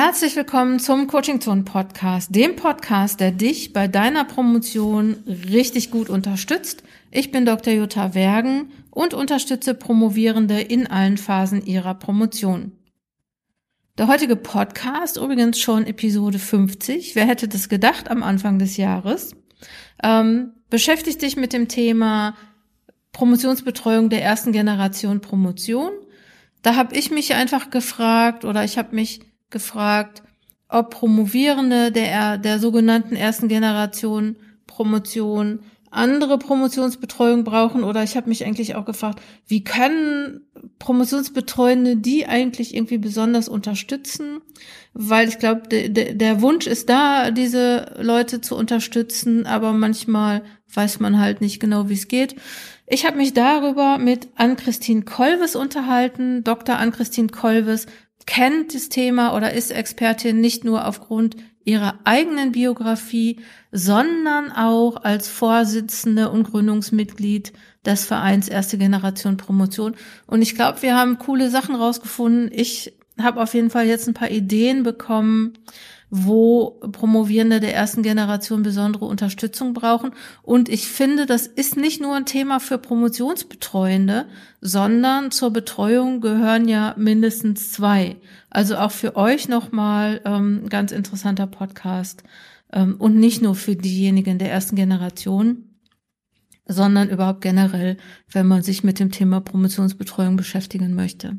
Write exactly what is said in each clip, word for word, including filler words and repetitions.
Herzlich willkommen zum Coaching Zone Podcast, dem Podcast, der dich bei deiner Promotion richtig gut unterstützt. Ich bin Doktor Jutta Wergen und unterstütze Promovierende in allen Phasen ihrer Promotion. Der heutige Podcast, übrigens schon Episode fünfzig, wer hätte das gedacht am Anfang des Jahres, ähm, beschäftigt sich mit dem Thema Promotionsbetreuung der ersten Generation Promotion. Da habe ich mich einfach gefragt oder ich habe mich gefragt, ob Promovierende der, der sogenannten ersten Generation Promotion andere Promotionsbetreuung brauchen, oder ich habe mich eigentlich auch gefragt, wie können Promotionsbetreuende die eigentlich irgendwie besonders unterstützen, weil ich glaube, de, de, der Wunsch ist da, diese Leute zu unterstützen, aber manchmal weiß man halt nicht genau, wie es geht. Ich habe mich darüber mit Ann-Christine Kolves unterhalten. Doktor Ann-Christine Kolves kennt das Thema oder ist Expertin nicht nur aufgrund ihrer eigenen Biografie, sondern auch als Vorsitzende und Gründungsmitglied des Vereins Erste Generation Promotion. Und ich glaube, wir haben coole Sachen rausgefunden. Ich habe auf jeden Fall jetzt ein paar Ideen bekommen, wo Promovierende der ersten Generation besondere Unterstützung brauchen. Und ich finde, das ist nicht nur ein Thema für Promotionsbetreuende, sondern zur Betreuung gehören ja mindestens zwei. Also auch für euch nochmal ähm, ganz interessanter Podcast. Ähm, und nicht nur für diejenigen der ersten Generation, sondern überhaupt generell, wenn man sich mit dem Thema Promotionsbetreuung beschäftigen möchte.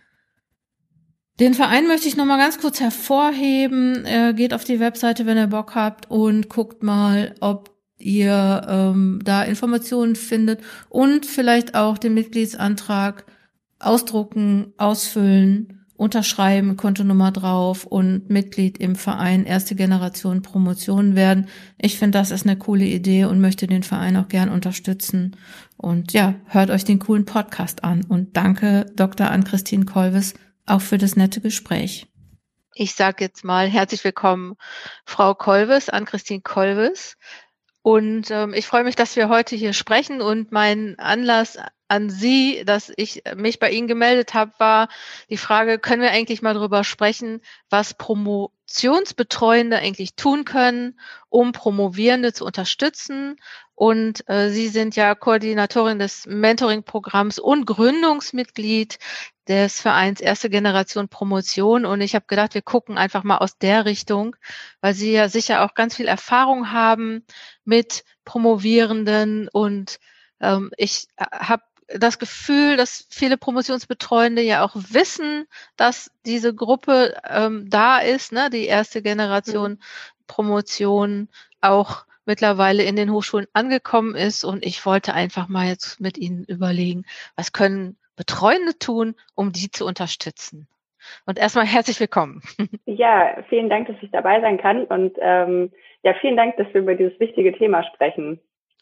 Den Verein möchte ich nochmal ganz kurz hervorheben. Äh, geht auf die Webseite, wenn ihr Bock habt, und guckt mal, ob ihr ähm, da Informationen findet und vielleicht auch den Mitgliedsantrag ausdrucken, ausfüllen, unterschreiben, Kontonummer drauf und Mitglied im Verein Erste Generation Promotion werden. Ich finde, das ist eine coole Idee und möchte den Verein auch gern unterstützen. Und ja, hört euch den coolen Podcast an. Und danke, Doktor Ann-Christine Kolves, auch für das nette Gespräch. Ich sage jetzt mal herzlich willkommen, Frau Kolves, Ann-Christine Kolves. Und ähm, ich freue mich, dass wir heute hier sprechen. Und mein Anlass an Sie, dass ich mich bei Ihnen gemeldet habe, war die Frage, können wir eigentlich mal darüber sprechen, was Promotionsbetreuende eigentlich tun können, um Promovierende zu unterstützen. Und äh, Sie sind ja Koordinatorin des Mentoring-Programms und Gründungsmitglied des Vereins Erste Generation Promotion. Und ich habe gedacht, wir gucken einfach mal aus der Richtung, weil Sie ja sicher auch ganz viel Erfahrung haben mit Promovierenden. Und ähm, ich habe das Gefühl, dass viele Promotionsbetreuende ja auch wissen, dass diese Gruppe ähm, da ist, ne, die erste Generation mhm. Promotion auch mittlerweile in den Hochschulen angekommen ist. Und ich wollte einfach mal jetzt mit Ihnen überlegen, was können Betreuende tun, um die zu unterstützen. Und erstmal herzlich willkommen. Ja, vielen Dank, dass ich dabei sein kann. Und ähm, ja, vielen Dank, dass wir über dieses wichtige Thema sprechen.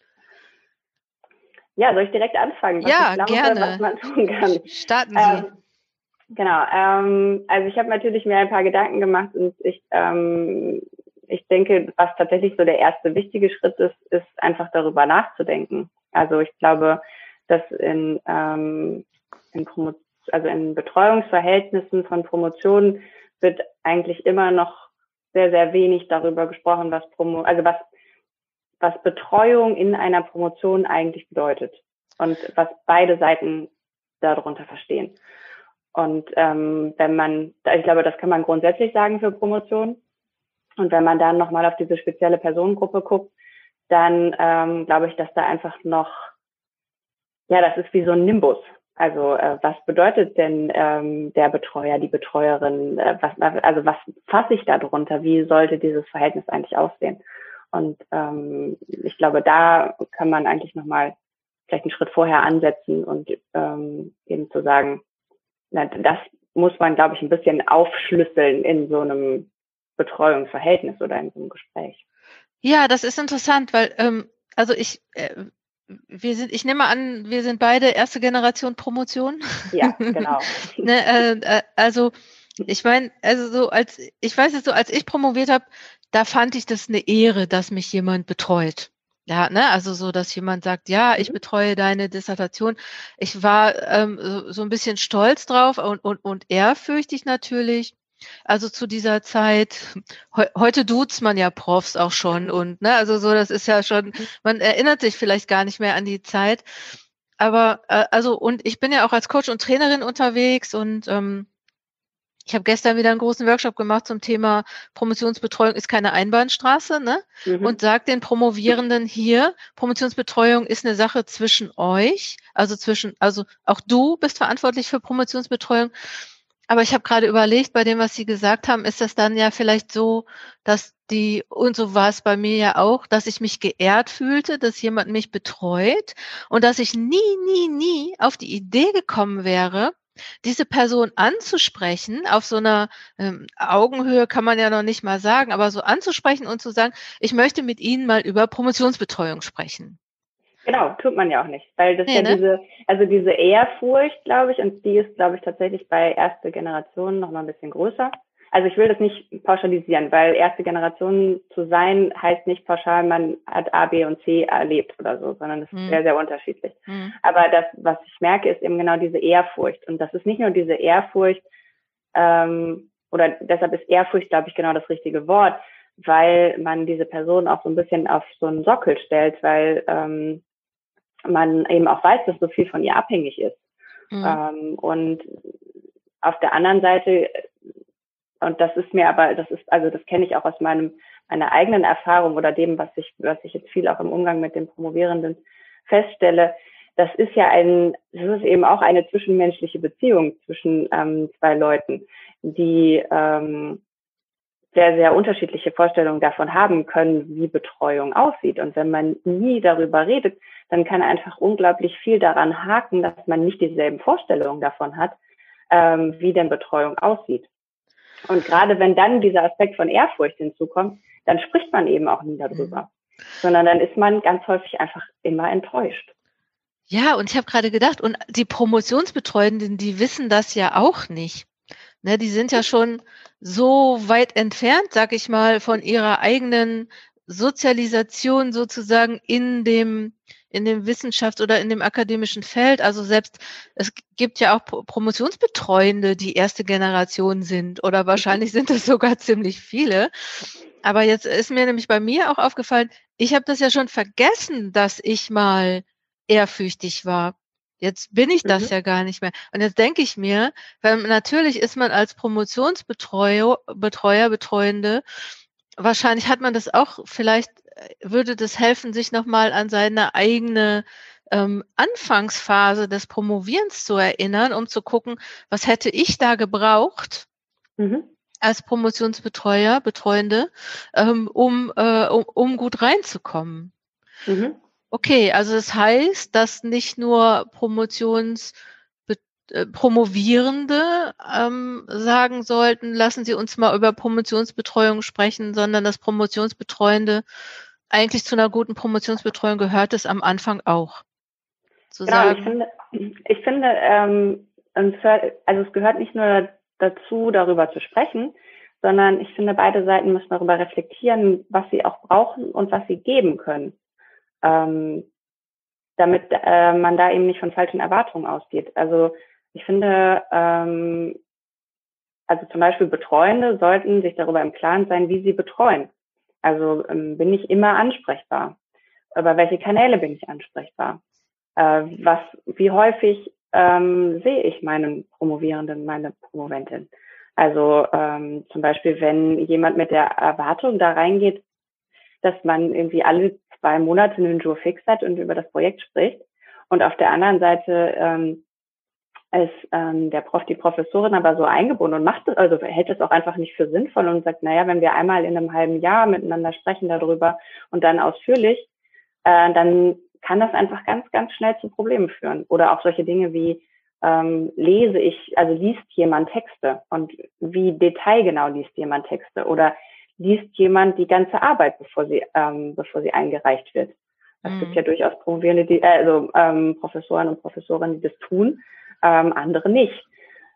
Ja, soll ich direkt anfangen, was ja, ich glaube, gerne. was man tun kann? Starten Sie. Ähm, genau, ähm, also ich habe natürlich mir ein paar Gedanken gemacht und ich, ähm, ich denke, was tatsächlich so der erste wichtige Schritt ist, ist einfach darüber nachzudenken. Also ich glaube, dass in, ähm, in Promo- also in Betreuungsverhältnissen von Promotionen wird eigentlich immer noch sehr, sehr wenig darüber gesprochen, was Promo, also was was Betreuung in einer Promotion eigentlich bedeutet und was beide Seiten darunter verstehen. Und ähm, wenn man, ich glaube, das kann man grundsätzlich sagen für Promotion. Und wenn man dann nochmal auf diese spezielle Personengruppe guckt, dann ähm, glaube ich, dass da einfach noch, ja, das ist wie so ein Nimbus. Also äh, was bedeutet denn ähm, der Betreuer, die Betreuerin? Äh, was, also was fasse ich da drunter? Wie sollte dieses Verhältnis eigentlich aussehen? Und ähm, ich glaube, da kann man eigentlich nochmal vielleicht einen Schritt vorher ansetzen und ähm, eben zu sagen, na, das muss man, glaube ich, ein bisschen aufschlüsseln in so einem Betreuungsverhältnis oder in so einem Gespräch. Ja, das ist interessant, weil ähm, also ich äh, wir sind, ich nehme an, wir sind beide erste Generation Promotion. Ja, genau. ne, äh, also ich meine, also so als ich weiß jetzt so, als ich promoviert habe, da fand ich das eine Ehre, dass mich jemand betreut. Ja, ne, also so, dass jemand sagt, ja, ich betreue deine Dissertation. Ich war ähm, so, so ein bisschen stolz drauf und, und, und ehrfürchtig natürlich. Also zu dieser Zeit, heu, heute duzt man ja Profs auch schon und ne, also so, das ist ja schon, man erinnert sich vielleicht gar nicht mehr an die Zeit. Aber äh, also und ich bin ja auch als Coach und Trainerin unterwegs und ähm, ich habe gestern wieder einen großen Workshop gemacht zum Thema Promotionsbetreuung ist keine Einbahnstraße, ne? Und Mhm. sage den Promovierenden hier, Promotionsbetreuung ist eine Sache zwischen euch, also zwischen, also auch du bist verantwortlich für Promotionsbetreuung. Aber ich habe gerade überlegt, bei dem, was Sie gesagt haben, ist das dann ja vielleicht so, dass die, und so war es bei mir ja auch, dass ich mich geehrt fühlte, dass jemand mich betreut und dass ich nie, nie, nie auf die Idee gekommen wäre, diese Person anzusprechen, auf so einer ähm, Augenhöhe kann man ja noch nicht mal sagen, aber so anzusprechen und zu sagen, ich möchte mit Ihnen mal über Promotionsbetreuung sprechen. Genau, tut man ja auch nicht, weil das Nee, ja ne? diese, also diese Ehrfurcht, glaube ich, und die ist, glaube ich, tatsächlich bei erste Generation noch mal ein bisschen größer. Also ich will das nicht pauschalisieren, weil erste Generation zu sein heißt nicht pauschal, man hat A, B und C erlebt oder so, sondern das ist Hm. sehr, sehr unterschiedlich. Hm. Aber das, was ich merke, ist eben genau diese Ehrfurcht. Und das ist nicht nur diese Ehrfurcht, ähm, oder deshalb ist Ehrfurcht, glaube ich, genau das richtige Wort, weil man diese Person auch so ein bisschen auf so einen Sockel stellt, weil ähm, man eben auch weiß, dass so viel von ihr abhängig ist. Hm. Ähm, und auf der anderen Seite, und das ist mir aber, das ist, also das kenne ich auch aus meinem, meiner eigenen Erfahrung oder dem, was ich, was ich jetzt viel auch im Umgang mit den Promovierenden feststelle, das ist ja ein, das ist eben auch eine zwischenmenschliche Beziehung zwischen ähm, zwei Leuten, die ähm, sehr, sehr unterschiedliche Vorstellungen davon haben können, wie Betreuung aussieht. Und wenn man nie darüber redet, dann kann einfach unglaublich viel daran haken, dass man nicht dieselben Vorstellungen davon hat, ähm, wie denn Betreuung aussieht. Und gerade wenn dann dieser Aspekt von Ehrfurcht hinzukommt, dann spricht man eben auch nie darüber, mhm. sondern dann ist man ganz häufig einfach immer enttäuscht. Ja, und ich habe gerade gedacht, und die Promotionsbetreuenden, die wissen das ja auch nicht. Ne, die sind ja schon so weit entfernt, sag ich mal, von ihrer eigenen Sozialisation sozusagen in dem in dem Wissenschafts- oder in dem akademischen Feld. Also selbst, es gibt ja auch Promotionsbetreuende, die erste Generation sind oder wahrscheinlich sind das sogar ziemlich viele. Aber jetzt ist mir nämlich bei mir auch aufgefallen, ich habe das ja schon vergessen, dass ich mal ehrfürchtig war. Jetzt bin ich das Mhm. ja gar nicht mehr. Und jetzt denke ich mir, weil natürlich ist man als Promotionsbetreuer, Betreuer, Betreuende, wahrscheinlich hat man das auch, vielleicht würde das helfen, sich nochmal an seine eigene ähm, Anfangsphase des Promovierens zu erinnern, um zu gucken, was hätte ich da gebraucht Mhm. als Promotionsbetreuer, Betreuende, ähm, um, äh, um, um gut reinzukommen. Mhm. Okay, also das heißt, dass nicht nur Promotions äh, Promovierende ähm, sagen sollten, lassen Sie uns mal über Promotionsbetreuung sprechen, sondern dass Promotionsbetreuende eigentlich zu einer guten Promotionsbetreuung gehört es am Anfang auch. Zu Genau, und ich sagen, finde, ich finde, ähm, also es gehört nicht nur dazu, darüber zu sprechen, sondern ich finde, beide Seiten müssen darüber reflektieren, was sie auch brauchen und was sie geben können, ähm, damit äh, man da eben nicht von falschen Erwartungen ausgeht. Also ich finde, ähm, also zum Beispiel Betreuende sollten sich darüber im Klaren sein, wie sie betreuen. Also ähm, bin ich immer ansprechbar? Über welche Kanäle bin ich ansprechbar? Äh, was, wie häufig ähm, sehe ich meinen Promovierenden, meine Promoventin? Also ähm, zum Beispiel, wenn jemand mit der Erwartung da reingeht, dass man irgendwie alle zwei Monate einen Jour fix hat und über das Projekt spricht. Und auf der anderen Seite ähm, ist ähm, der Prof, die Professorin aber so eingebunden und macht das, also hält es auch einfach nicht für sinnvoll und sagt, naja, wenn wir einmal in einem halben Jahr miteinander sprechen darüber und dann ausführlich, äh, dann kann das einfach ganz, ganz schnell zu Problemen führen. Oder auch solche Dinge wie, ähm, lese ich, also liest jemand Texte und wie detailgenau liest jemand Texte oder liest jemand die ganze Arbeit, bevor sie, ähm, bevor sie eingereicht wird. Es mhm. gibt ja durchaus Promovierende, die, äh, also ähm, Professoren und Professorinnen, die das tun, ähm, andere nicht.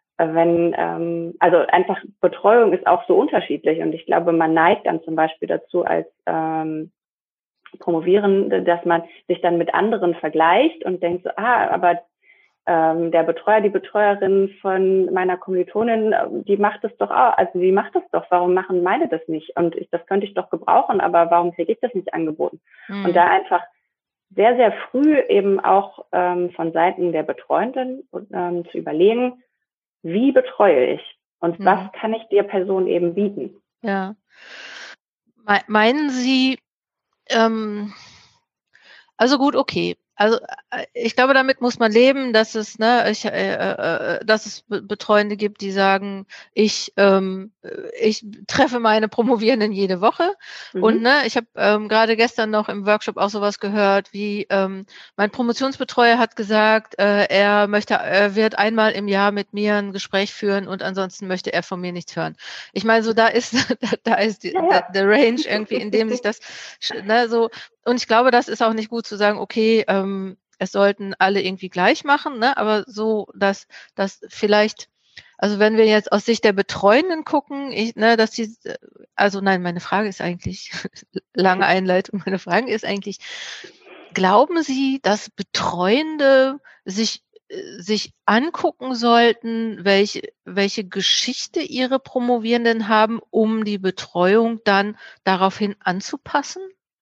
Wenn, ähm, also einfach Betreuung ist auch so unterschiedlich und ich glaube, man neigt dann zum Beispiel dazu als ähm, Promovierende, dass man sich dann mit anderen vergleicht und denkt so, ah, aber ähm, der Betreuer, die Betreuerin von meiner Kommilitonin, die macht es doch auch, also die macht es doch, warum machen meine das nicht? Und ich, das könnte ich doch gebrauchen, aber warum kriege ich das nicht angeboten? Mhm. Und da einfach sehr, sehr früh eben auch ähm, von Seiten der Betreuenden ähm, zu überlegen, wie betreue ich und mhm. was kann ich der Person eben bieten? Ja. Me- meinen Sie, ähm, also gut, okay. Also ich glaube, damit muss man leben, dass es, ne, ich, äh, äh, dass es Betreuende gibt, die sagen, ich, ähm, ich treffe meine Promovierenden jede Woche. Mhm. Und ne, ich habe ähm, gerade gestern noch im Workshop auch sowas gehört, wie ähm, mein Promotionsbetreuer hat gesagt, äh, er möchte, er wird einmal im Jahr mit mir ein Gespräch führen und ansonsten möchte er von mir nichts hören. Ich meine, so da ist, da, da ist die, ja, ja. Der, der Range irgendwie, in dem sich das, ne, so. Und ich glaube, das ist auch nicht gut zu sagen, okay, ähm, es sollten alle irgendwie gleich machen, ne? Aber so, dass, dass vielleicht, also wenn wir jetzt aus Sicht der Betreuenden gucken, ich, ne, dass die, also nein, meine Frage ist eigentlich, lange Einleitung, meine Frage ist eigentlich, glauben Sie, dass Betreuende sich sich angucken sollten, welche, welche Geschichte ihre Promovierenden haben, um die Betreuung dann daraufhin anzupassen?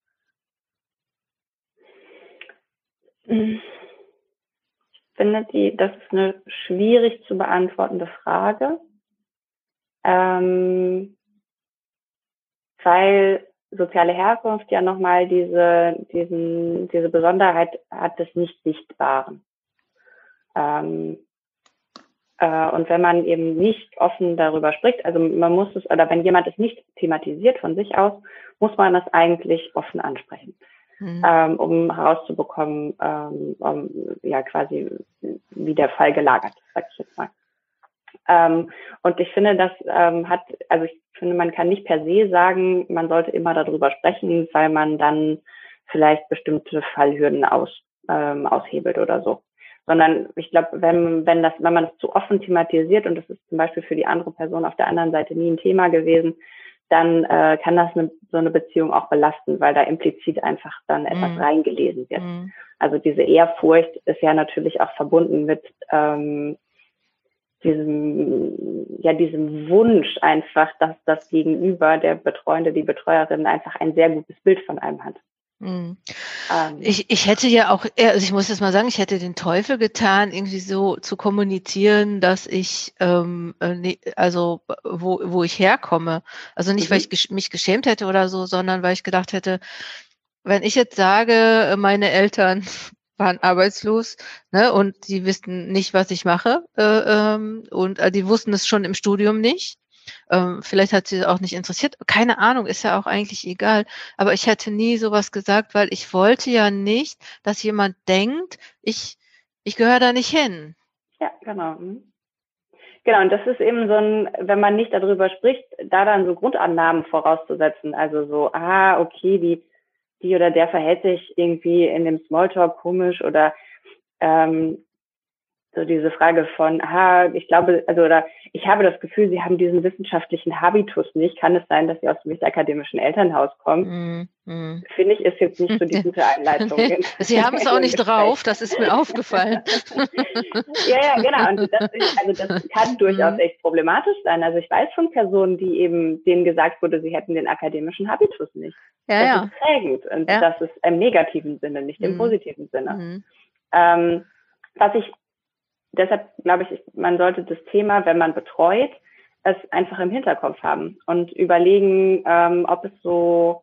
Ich finde, die, das ist eine schwierig zu beantwortende Frage, ähm, weil soziale Herkunft ja nochmal diese, diesen, diese Besonderheit hat des Nicht-Sichtbaren. Ähm, äh, und wenn man eben nicht offen darüber spricht, also man muss es, oder wenn jemand es nicht thematisiert von sich aus, muss man das eigentlich offen ansprechen. Mhm. Ähm, um herauszubekommen, ähm, um, ja quasi wie der Fall gelagert, sag ich jetzt mal. Ähm, und ich finde, das ähm, hat, also ich finde, man kann nicht per se sagen, man sollte immer darüber sprechen, weil man dann vielleicht bestimmte Fallhürden aus, ähm, aushebelt oder so. Sondern ich glaube, wenn, wenn das, wenn man das zu offen thematisiert und das ist zum Beispiel für die andere Person auf der anderen Seite nie ein Thema gewesen, dann äh, kann das eine, so eine Beziehung auch belasten, weil da implizit einfach dann etwas mm. reingelesen wird. Mm. Also diese Ehrfurcht ist ja natürlich auch verbunden mit ähm, diesem, ja, diesem Wunsch einfach, dass das Gegenüber, der Betreuende, die Betreuerin einfach ein sehr gutes Bild von einem hat. Mhm. Ähm, ich, ich hätte ja auch, also ich muss jetzt mal sagen, ich hätte den Teufel getan, irgendwie so zu kommunizieren, dass ich, ähm, also wo, wo ich herkomme. Also nicht, mhm. weil ich gesch- mich geschämt hätte oder so, sondern weil ich gedacht hätte, wenn ich jetzt sage, meine Eltern waren arbeitslos, ne, und die wissen nicht, was ich mache, äh, ähm, und äh, die wussten es schon im Studium nicht. Ähm, vielleicht hat sie auch nicht interessiert. Keine Ahnung, ist ja auch eigentlich egal. Aber ich hätte nie sowas gesagt, weil ich wollte ja nicht, dass jemand denkt, ich, ich gehöre da nicht hin. Ja, genau. Genau, und das ist eben so ein, wenn man nicht darüber spricht, da dann so Grundannahmen vorauszusetzen. Also so, ah, okay, die, die oder der verhält sich irgendwie in dem Smalltalk komisch oder ähm, so diese Frage von, aha, ich glaube, also oder ich habe das Gefühl, Sie haben diesen wissenschaftlichen Habitus nicht. Kann es sein, dass Sie aus dem nicht-akademischen Elternhaus kommen? Mm, mm. Finde ich, ist jetzt nicht so die gute Einleitung. Sie haben es auch nicht drauf, das ist mir aufgefallen. ja, ja, genau. Und das, ist, also das kann durchaus echt problematisch sein. Also ich weiß von Personen, die eben denen gesagt wurde, sie hätten den akademischen Habitus nicht. Ja, das ja. ist prägend. Und ja. das ist im negativen Sinne, nicht im mm. positiven Sinne. Mm. Ähm, was ich Deshalb glaube ich, man sollte das Thema, wenn man betreut, es einfach im Hinterkopf haben und überlegen, ähm, ob es so,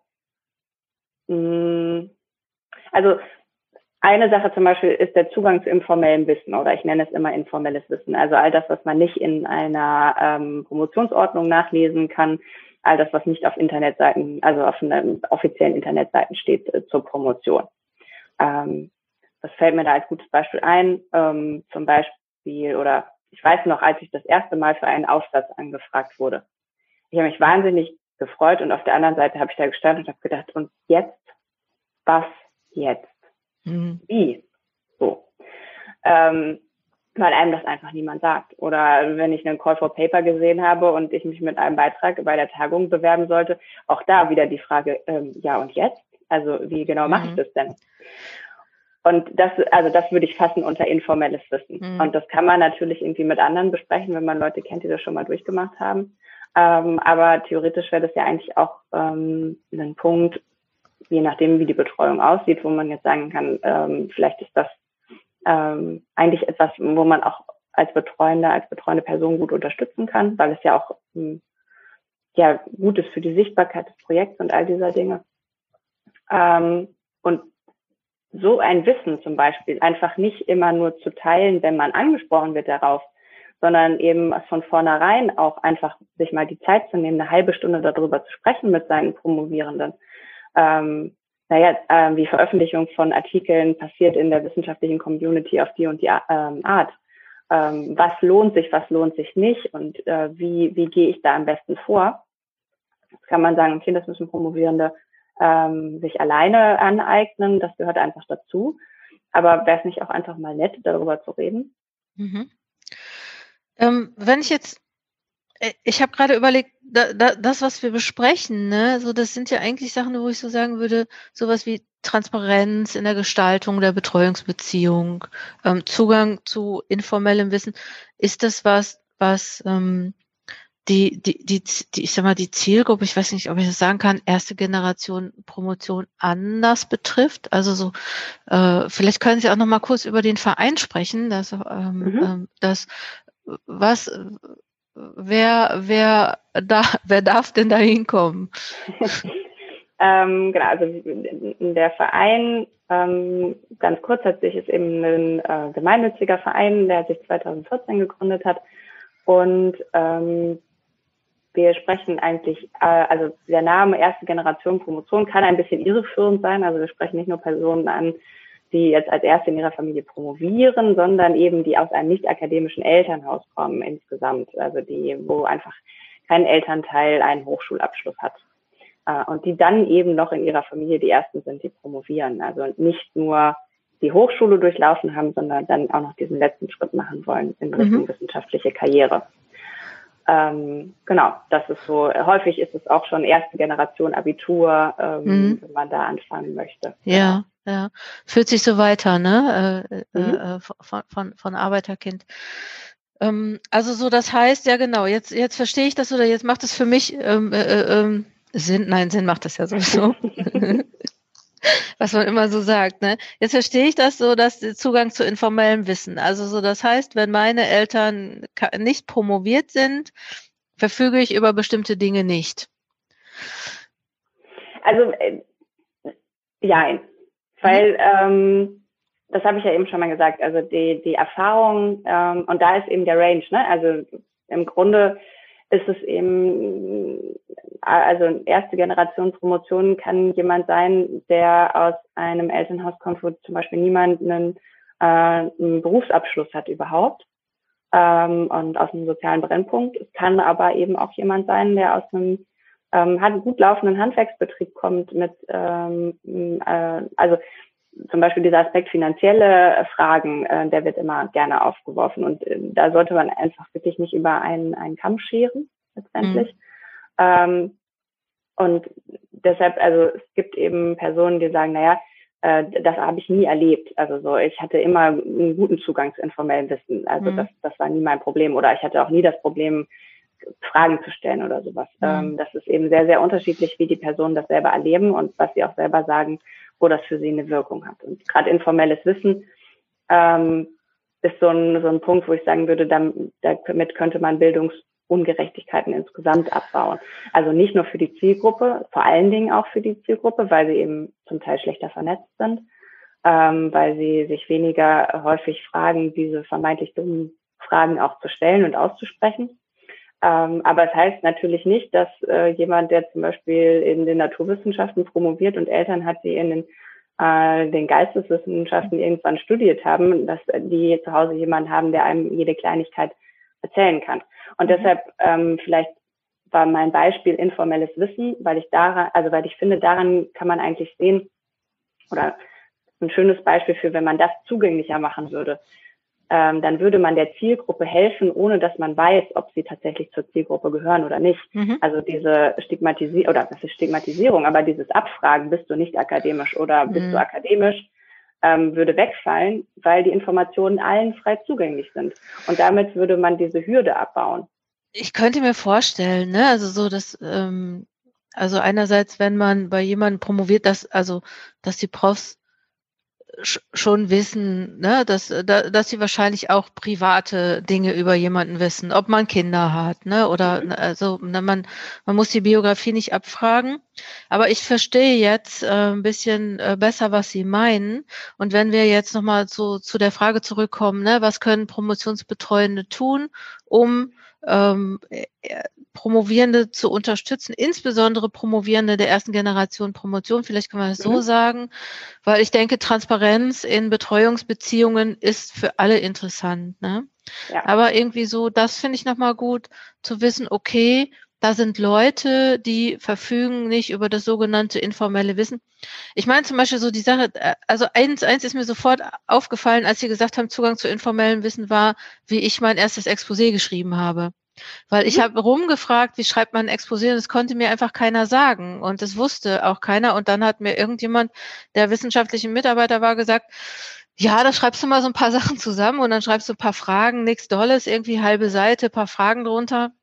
mh, also eine Sache zum Beispiel ist der Zugang zu informellem Wissen oder ich nenne es immer informelles Wissen. Also all das, was man nicht in einer ähm, Promotionsordnung nachlesen kann, all das, was nicht auf Internetseiten, also auf einer offiziellen Internetseiten steht äh, zur Promotion. Ähm, das fällt mir da als gutes Beispiel ein, ähm, zum Beispiel oder ich weiß noch, als ich das erste Mal für einen Aufsatz angefragt wurde. Ich habe mich wahnsinnig gefreut und auf der anderen Seite habe ich da gestanden und habe gedacht, und jetzt? Was jetzt? Mhm. Wie? So. Ähm, weil einem das einfach niemand sagt. Oder wenn ich einen Call for Paper gesehen habe und ich mich mit einem Beitrag bei der Tagung bewerben sollte, auch da wieder die Frage, ähm, ja und jetzt? Also wie genau mache mhm. ich das denn? Und das, also das würde ich fassen unter informelles Wissen. Mhm. Und das kann man natürlich irgendwie mit anderen besprechen, wenn man Leute kennt, die das schon mal durchgemacht haben. Ähm, aber theoretisch wäre das ja eigentlich auch ähm, ein Punkt, je nachdem, wie die Betreuung aussieht, wo man jetzt sagen kann, ähm, vielleicht ist das ähm, eigentlich etwas, wo man auch als Betreuende, als betreuende Person gut unterstützen kann, weil es ja auch ähm, ja gut ist für die Sichtbarkeit des Projekts und all dieser Dinge. Ähm, und so ein Wissen zum Beispiel einfach nicht immer nur zu teilen, wenn man angesprochen wird darauf, sondern eben von vornherein auch einfach sich mal die Zeit zu nehmen, eine halbe Stunde darüber zu sprechen mit seinen Promovierenden. Ähm, naja, äh, die Veröffentlichung von Artikeln passiert in der wissenschaftlichen Community auf die und die ähm, Art. Ähm, was lohnt sich, was lohnt sich nicht und äh, wie, wie gehe ich da am besten vor? Das kann man sagen, okay, das müssen Promovierende ähm, sich alleine aneignen, das gehört einfach dazu. Aber wäre es nicht auch einfach mal nett, darüber zu reden? Mhm. Ähm, wenn ich jetzt, ich habe gerade überlegt, da, da, das, was wir besprechen, ne, so das sind ja eigentlich Sachen, wo ich so sagen würde, sowas wie Transparenz in der Gestaltung der Betreuungsbeziehung, ähm, Zugang zu informellem Wissen. Ist das was, was ähm, die, die, die, die, ich sag mal, die Zielgruppe, ich weiß nicht, ob ich das sagen kann, erste Generation Promotion anders betrifft? Also so, äh, vielleicht können Sie auch noch mal kurz über den Verein sprechen, dass, ähm, Mhm. ähm, dass was, wer, wer da, wer darf denn da hinkommen? ähm, genau, also der Verein, ähm, ganz kurz hat sich, ist eben ein äh, gemeinnütziger Verein, der sich zweitausendvierzehn gegründet hat. Und ähm, wir sprechen eigentlich, äh, also der Name erste Generation Promotion kann ein bisschen irreführend sein. Also wir sprechen nicht nur Personen an, die jetzt als Erste in ihrer Familie promovieren, sondern eben die aus einem nicht akademischen Elternhaus kommen insgesamt. Also die, wo einfach kein Elternteil einen Hochschulabschluss hat. Äh, und die dann eben noch in ihrer Familie die Ersten sind, die promovieren. Also nicht nur die Hochschule durchlaufen haben, sondern dann auch noch diesen letzten Schritt machen wollen in Richtung mhm. wissenschaftliche Karriere. Ähm, genau, das ist so, häufig ist es auch schon erste Generation Abitur, ähm, mhm. wenn man da anfangen möchte. Ja, genau. Ja. Fühlt sich so weiter, ne? Äh, mhm. äh, von, von, von Arbeiterkind. Ähm, also so, das heißt, ja genau, jetzt, jetzt verstehe ich das oder jetzt macht es für mich ähm, äh, ähm, Sinn, nein, Sinn macht das ja sowieso. Was man immer so sagt, ne? Jetzt verstehe ich das so, dass der Zugang zu informellem Wissen. Also so, das heißt, wenn meine Eltern nicht promoviert sind, verfüge ich über bestimmte Dinge nicht. Also äh, ja, weil mhm. ähm, das habe ich ja eben schon mal gesagt. Also die die Erfahrung ähm, und da ist eben der Range, ne? Also im Grunde ist es eben, also erste Generation Promotion kann jemand sein, der aus einem Elternhaus kommt, wo zum Beispiel niemand einen, äh, einen Berufsabschluss hat überhaupt ähm, und aus einem sozialen Brennpunkt. Es kann aber eben auch jemand sein, der aus einem ähm, hat einen gut laufenden Handwerksbetrieb kommt mit, ähm, äh, also zum Beispiel dieser Aspekt finanzielle Fragen, äh, der wird immer gerne aufgeworfen. Und äh, da sollte man einfach wirklich nicht über einen, einen Kamm scheren, letztendlich. Mhm. Ähm, und deshalb, also es gibt eben Personen, die sagen, naja, äh, das habe ich nie erlebt. Also so, ich hatte immer einen guten Zugang zu informellem Wissen. Also mhm. das, das war nie mein Problem. Oder ich hatte auch nie das Problem, Fragen zu stellen oder sowas. Mhm. Ähm, das ist eben sehr, sehr unterschiedlich, wie die Personen das selber erleben und was sie auch selber sagen, wo das für sie eine Wirkung hat. Und gerade informelles Wissen ähm, ist so ein, so ein Punkt, wo ich sagen würde, damit könnte man Bildungsungerechtigkeiten insgesamt abbauen. Also nicht nur für die Zielgruppe, vor allen Dingen auch für die Zielgruppe, weil sie eben zum Teil schlechter vernetzt sind, ähm, weil sie sich weniger häufig fragen, diese vermeintlich dummen Fragen auch zu stellen und auszusprechen. Ähm, aber es heißt natürlich nicht, dass äh, jemand, der zum Beispiel in den Naturwissenschaften promoviert und Eltern hat, die in den, äh, den Geisteswissenschaften irgendwann studiert haben, dass die zu Hause jemanden haben, der einem jede Kleinigkeit erzählen kann. Und mhm. deshalb ähm, vielleicht war mein Beispiel informelles Wissen, weil ich daran, also weil ich finde, daran kann man eigentlich sehen, oder ein schönes Beispiel für, wenn man das zugänglicher machen würde. Ähm, dann würde man der Zielgruppe helfen, ohne dass man weiß, ob sie tatsächlich zur Zielgruppe gehören oder nicht. Mhm. Also diese Stigmatisierung, oder das ist Stigmatisierung, aber dieses Abfragen, bist du nicht akademisch oder bist mhm. du akademisch, ähm, würde wegfallen, weil die Informationen allen frei zugänglich sind. Und damit würde man diese Hürde abbauen. Ich könnte mir vorstellen, ne, also so, dass, ähm, also einerseits, wenn man bei jemandem promoviert, dass, also, dass die Profs sch- schon wissen, ne, dass, da, dass sie wahrscheinlich auch private Dinge über jemanden wissen, ob man Kinder hat, ne, oder, Mhm. ne, also, ne, man, man muss die Biografie nicht abfragen. Aber ich verstehe jetzt äh, ein bisschen äh, besser, was Sie meinen. Und wenn wir jetzt nochmal zu, zu der Frage zurückkommen, ne, was können Promotionsbetreuende tun, um ähm, äh, Promovierende zu unterstützen, insbesondere Promovierende der ersten Generation Promotion, vielleicht kann man das so Mhm. sagen, weil ich denke, Transparenz in Betreuungsbeziehungen ist für alle interessant, ne? Ja. Aber irgendwie so, das finde ich nochmal gut zu wissen, okay, da sind Leute, die verfügen nicht über das sogenannte informelle Wissen. Ich meine zum Beispiel so die Sache, äh, also eins, eins ist mir sofort aufgefallen, als Sie gesagt haben, Zugang zu informellem Wissen war, wie ich mein erstes Exposé geschrieben habe. Weil ich Mhm. habe rumgefragt, wie schreibt man ein Exposé, und das konnte mir einfach keiner sagen. Und das wusste auch keiner. Und dann hat mir irgendjemand, der wissenschaftliche Mitarbeiter war, gesagt, ja, da schreibst du mal so ein paar Sachen zusammen und dann schreibst du ein paar Fragen, nichts Dolles, irgendwie halbe Seite, paar Fragen drunter.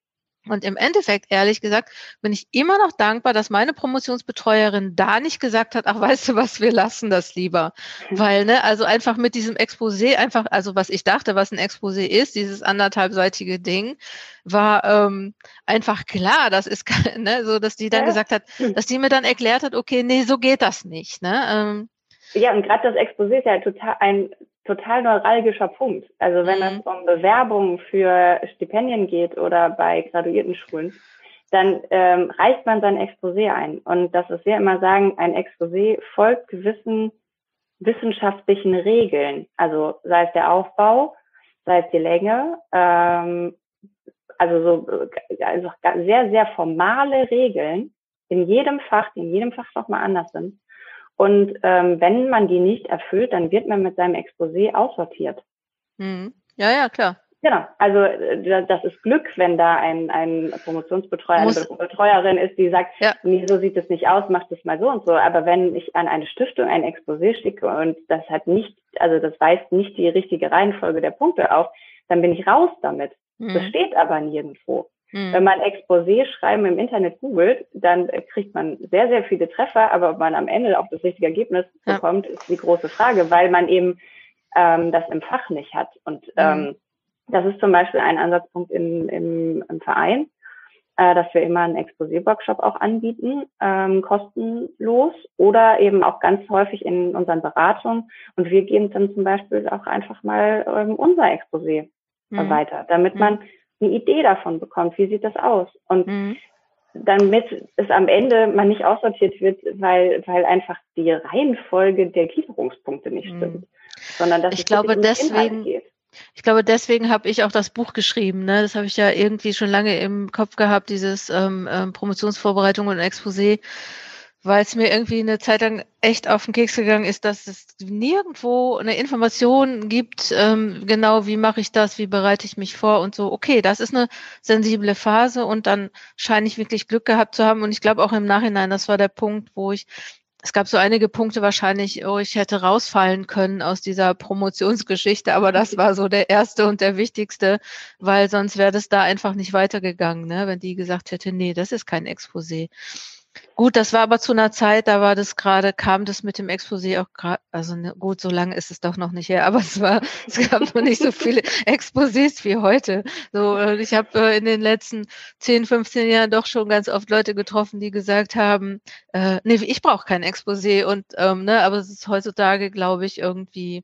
Und im Endeffekt, ehrlich gesagt, bin ich immer noch dankbar, dass meine Promotionsbetreuerin da nicht gesagt hat, ach, weißt du was, wir lassen das lieber. Weil, ne, also einfach mit diesem Exposé, einfach, also was ich dachte, was ein Exposé ist, dieses anderthalbseitige Ding, war ähm, einfach klar, das ist, ne, so, dass die dann Ja. gesagt hat, dass die mir dann erklärt hat, okay, nee, so geht das nicht, ne. Ähm, Ja, und gerade das Exposé ist ja total ein total neuralgischer Punkt. Also wenn es Mhm. um Bewerbungen für Stipendien geht oder bei Graduiertenschulen, dann ähm, reicht man sein Exposé ein. Und das ist ja immer sagen, ein Exposé folgt gewissen wissenschaftlichen Regeln. Also sei es der Aufbau, sei es die Länge, ähm, also so also sehr, sehr formale Regeln in jedem Fach, die in jedem Fach noch mal anders sind. Und ähm, wenn man die nicht erfüllt, dann wird man mit seinem Exposé aussortiert. Mhm. Ja, ja, klar. Genau, also äh, das ist Glück, wenn da ein, ein Promotionsbetreuer, Muss, eine Betreuerin ist, die sagt, ja, nee, so sieht es nicht aus, mach das mal so und so. Aber wenn ich an eine Stiftung ein Exposé schicke und das hat nicht, also das weist nicht die richtige Reihenfolge der Punkte auf, dann bin ich raus damit. Das mhm. steht aber nirgendwo. Mhm. Wenn man Exposé schreiben im Internet googelt, dann kriegt man sehr, sehr viele Treffer, aber ob man am Ende auch das richtige Ergebnis Ja. bekommt, ist die große Frage, weil man eben ähm, das im Fach nicht hat. Und ähm, Mhm. das ist zum Beispiel ein Ansatzpunkt in, im, im Verein, äh, dass wir immer einen Exposé-Workshop auch anbieten, ähm, kostenlos oder eben auch ganz häufig in unseren Beratungen. Und wir geben dann zum Beispiel auch einfach mal ähm, unser Exposé Mhm. weiter, damit Mhm. man eine Idee davon bekommt, wie sieht das aus. Und Mhm. damit es am Ende man nicht aussortiert wird, weil, weil einfach die Reihenfolge der Gliederungspunkte nicht stimmt, Mhm. sondern dass Ich es glaube, wirklich um die Inhalte deswegen, geht. ich glaube, deswegen habe ich auch das Buch geschrieben. Ne? Das habe ich ja irgendwie schon lange im Kopf gehabt, dieses ähm, ähm, Promotionsvorbereitung und Exposé, weil es mir irgendwie eine Zeit lang echt auf den Keks gegangen ist, dass es nirgendwo eine Information gibt, ähm, genau wie mache ich das, wie bereite ich mich vor und so. Okay, das ist eine sensible Phase und dann scheine ich wirklich Glück gehabt zu haben. Und ich glaube auch im Nachhinein, das war der Punkt, wo ich es gab so einige Punkte wahrscheinlich, oh, ich hätte rausfallen können aus dieser Promotionsgeschichte, aber das war so der erste und der wichtigste, weil sonst wäre das da einfach nicht weitergegangen, ne? Wenn die gesagt hätte, nee, das ist kein Exposé. Gut, das war aber zu einer Zeit, da war das gerade, kam das mit dem Exposé auch gerade, also ne, gut, so lange ist es doch noch nicht her, aber es war, es gab noch nicht so viele Exposés wie heute. So, äh, ich habe äh, in den letzten zehn, fünfzehn Jahren doch schon ganz oft Leute getroffen, die gesagt haben, äh, nee, ich brauche kein Exposé und ähm, ne, aber es ist heutzutage, glaube ich, irgendwie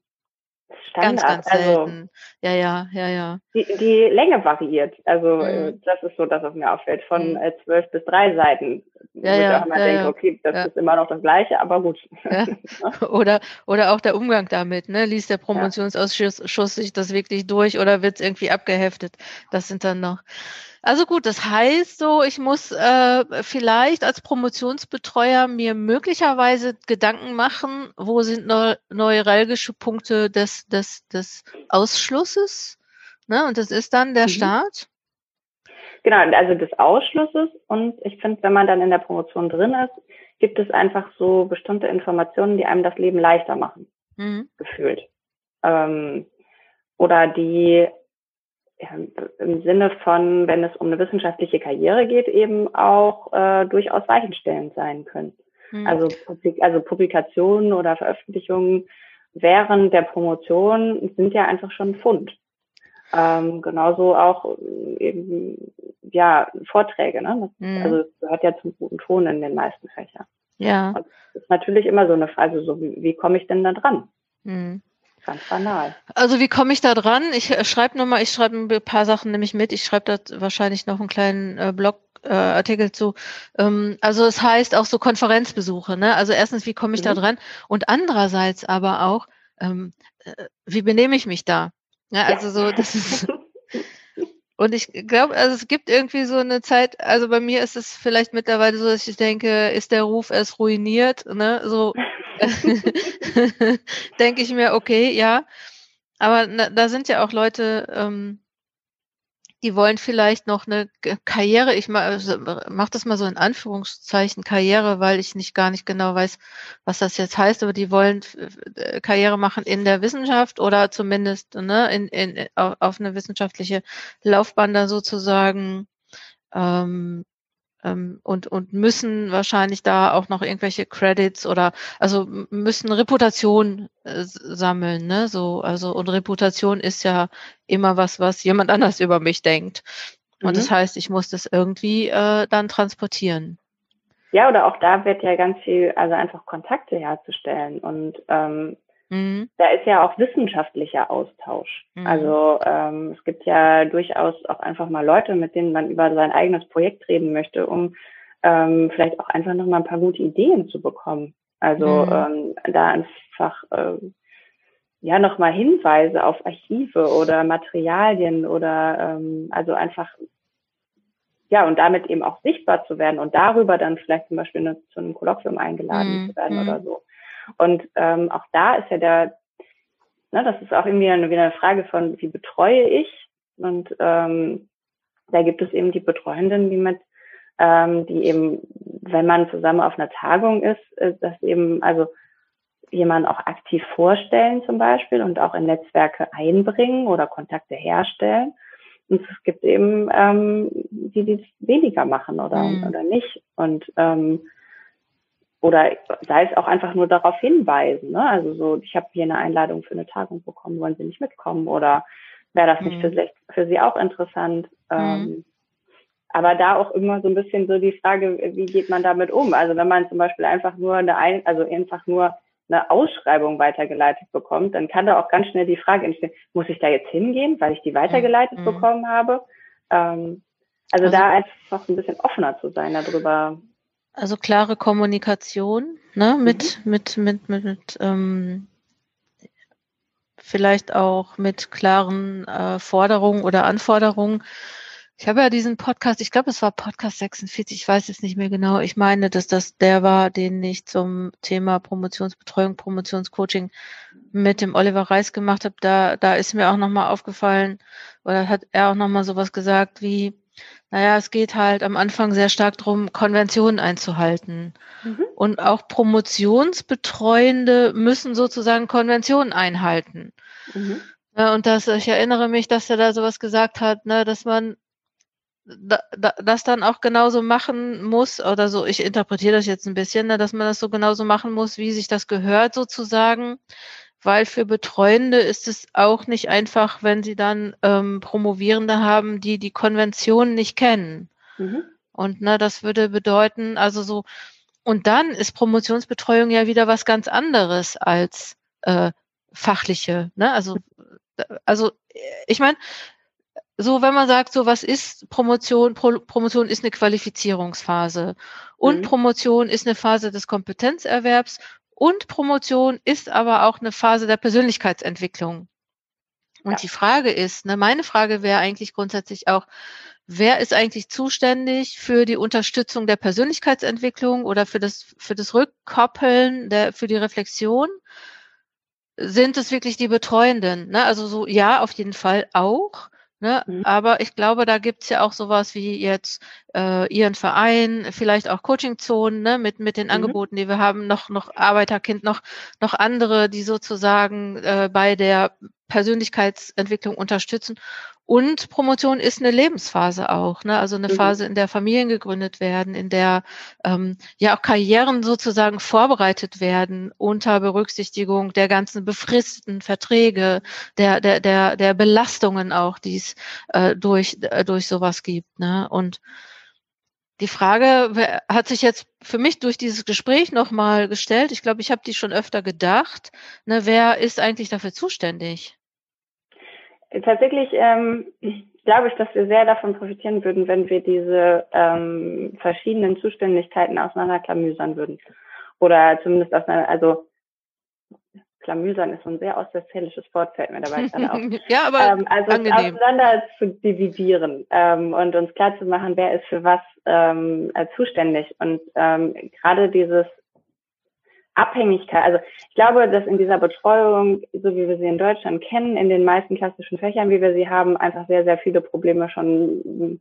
ganz, Standard, ganz also selten. Ja, ja, ja, ja. die, die Länge variiert. Also äh, Mhm. das ist so, dass es mir auffällt, von Mhm. äh, zwölf bis drei Seiten, Ja, wo ich auch ja, immer ja, denke, ja, okay, das ja. ist immer noch das Gleiche, aber gut. Ja. Ne? Oder, oder auch der Umgang damit, ne? Liest der Ja. Promotionsausschuss Schuss sich das wirklich durch oder wird es irgendwie abgeheftet? Das sind dann noch. Also gut, das heißt so, ich muss äh, vielleicht als Promotionsbetreuer mir möglicherweise Gedanken machen, wo sind neu, neuralgische Punkte des, des, des Ausschlusses? Ne? Und das ist dann der Mhm. Start. Genau, also des Ausschlusses. Und ich finde, wenn man dann in der Promotion drin ist, gibt es einfach so bestimmte Informationen, die einem das Leben leichter machen. Mhm. gefühlt. Ähm, oder die ja, im Sinne von, wenn es um eine wissenschaftliche Karriere geht, eben auch äh, durchaus weichenstellend sein können. Mhm. Also, Publik- also Publikationen oder Veröffentlichungen während der Promotion sind ja einfach schon ein Fund. Ähm, genauso auch äh, eben ja Vorträge, ne? Das, Mhm. also es gehört ja zum guten Ton in den meisten Fächern. Ja. Und das ist natürlich immer so eine Frage, so wie, wie komme ich denn da dran? Mhm. Ganz banal. Also wie komme ich da dran? Ich äh, schreibe nochmal, ich schreibe ein paar Sachen nämlich mit. Ich schreibe da wahrscheinlich noch einen kleinen äh, Blogartikel zu. Ähm, also es heißt auch so Konferenzbesuche. Ne? Also erstens, wie komme ich Mhm. da dran? Und andererseits aber auch, ähm, äh, wie benehme ich mich da? Ja, also Ja. so, das ist und ich glaube, also es gibt irgendwie so eine Zeit, also bei mir ist es vielleicht mittlerweile so, dass ich denke, ist der Ruf erst ruiniert, ne? So denke ich mir, okay, ja. Aber na, da sind ja auch Leute, ähm, die wollen vielleicht noch eine G Karriere, ich ma also, mache das mal so in Anführungszeichen Karriere, weil ich nicht gar nicht genau weiß, was das jetzt heißt, aber die wollen f f äh, Karriere machen in der Wissenschaft oder zumindest, ne, in in au auf 'ne wissenschaftliche Laufbahn da sozusagen, ähm ähm, und und müssen wahrscheinlich da auch noch irgendwelche Credits oder also m müssen Reputation, äh, s sammeln, ne, so. Also und Reputation ist ja immer was, was jemand anders über mich denkt. Und das Mhm. heißt, ich muss das irgendwie, äh, dann transportieren. Ja, oder auch da wird ja ganz viel, also einfach Kontakte herzustellen. Und ähm, Mhm. da ist ja auch wissenschaftlicher Austausch. Mhm. Also ähm, es gibt ja durchaus auch einfach mal Leute, mit denen man über sein eigenes Projekt reden möchte, um ähm, vielleicht auch einfach noch mal ein paar gute Ideen zu bekommen. Also Mhm. ähm, da einfach ähm, ja noch mal Hinweise auf Archive oder Materialien oder ähm, also einfach ja und damit eben auch sichtbar zu werden und darüber dann vielleicht zum Beispiel eine, zu einem Kolloquium eingeladen Mhm. zu werden oder Mhm. so. Und ähm, auch da ist ja der Ne, das ist auch irgendwie eine, wieder eine Frage von, wie betreue ich? Und ähm, da gibt es eben die Betreuenden, die mit, ähm, die eben, wenn man zusammen auf einer Tagung ist, äh, das eben, also jemanden auch aktiv vorstellen zum Beispiel und auch in Netzwerke einbringen oder Kontakte herstellen. Und es gibt eben ähm, die, die es weniger machen oder, Mhm. oder nicht. Und ähm, oder sei es auch einfach nur darauf hinweisen. Ne? Also so, ich habe hier eine Einladung für eine Tagung bekommen, wollen Sie nicht mitkommen? Oder wäre das nicht für, Mhm. sich, für Sie auch interessant? Mhm. Ähm, aber da auch immer so ein bisschen so die Frage, wie geht man damit um? Also wenn man zum Beispiel einfach nur eine, Ein also einfach nur eine Ausschreibung weitergeleitet bekommt, dann kann da auch ganz schnell die Frage entstehen, muss ich da jetzt hingehen, weil ich die weitergeleitet Mhm. bekommen habe? Ähm, also, Also da einfach ein bisschen offener zu sein darüber. also klare Kommunikation, ne, Mhm. mit mit mit mit mit, ähm vielleicht auch mit klaren, äh, Forderungen oder Anforderungen. Ich habe ja diesen Podcast, ich glaube, es war Podcast sechsundvierzig, ich weiß jetzt nicht mehr genau. Ich meine, dass das der war, den ich zum Thema Promotionsbetreuung, Promotionscoaching mit dem Oliver Reis gemacht habe. Da da ist mir auch noch mal aufgefallen oder hat er auch noch mal so was gesagt wie: „Na ja, es geht halt am Anfang sehr stark drum, Konventionen einzuhalten.“ Mhm. Und auch Promotionsbetreuende müssen sozusagen Konventionen einhalten. Mhm. Ne, und das ich erinnere mich, dass er da so was gesagt hat, ne, dass man da da das dann auch genauso machen muss oder so, ich interpretiere das jetzt 'n bisschen, ne, dass man das so genauso machen muss, wie sich das gehört sozusagen, weil für Betreuende ist es auch nicht einfach, wenn sie dann, ähm, Promovierende haben, die die Konvention nicht kennen. Mhm. Und, ne, das würde bedeuten also so und dann ist Promotionsbetreuung ja wieder was ganz anderes als, äh, fachliche, ne? Also, äh, also, äh, ich meine, so wenn man sagt, so was ist Promotion? Pro Promotion ist 'ne Qualifizierungsphase und Mhm. Promotion ist 'ne Phase des Kompetenzerwerbs und Promotion ist aber auch 'ne Phase der Persönlichkeitsentwicklung. Und Ja. die Frage ist, ne, meine Frage wäre eigentlich grundsätzlich auch: Wer ist eigentlich zuständig für die Unterstützung der Persönlichkeitsentwicklung oder für das für das Rückkoppeln der für die Reflexion? Sind es wirklich die Betreuenden, ne? Also so, ja, auf jeden Fall auch. Ne? Mhm. Aber ich glaube, da gibt's ja auch sowas wie jetzt äh, Ihren Verein, vielleicht auch Coaching-Zonen, ne, mit mit den Mhm. Angeboten, die wir haben, noch noch Arbeiterkind, noch noch andere, die sozusagen äh, bei der Persönlichkeitsentwicklung unterstützen. Und Promotion ist eine Lebensphase auch, ne? Also eine Mhm. Phase, in der Familien gegründet werden, in der ähm, ja auch Karrieren sozusagen vorbereitet werden unter Berücksichtigung der ganzen befristeten Verträge, der der der der Belastungen auch, die es äh, durch äh, durch sowas gibt, ne? Und die Frage wer- hat sich jetzt für mich durch dieses Gespräch nochmal gestellt. Ich glaube, ich habe die schon öfter gedacht. Ne, wer ist eigentlich dafür zuständig? Tatsächlich ähm, glaube ich, dass wir sehr davon profitieren würden, wenn wir diese ähm, verschiedenen Zuständigkeiten auseinanderklamüsern würden. Oder zumindest auseinander, also klamüsern ist so ein sehr ostwestfälisches Wort, fällt mir dabei gerade auf. Ja, aber Ähm, also es angenehm. auseinander zu dividieren ähm, und uns klar zu machen, wer ist für was ähm, äh, zuständig. Und ähm, gerade dieses Abhängigkeit, also ich glaube, dass in dieser Betreuung, so wie wir sie in Deutschland kennen, in den meisten klassischen Fächern, wie wir sie haben, einfach sehr, sehr viele Probleme schon,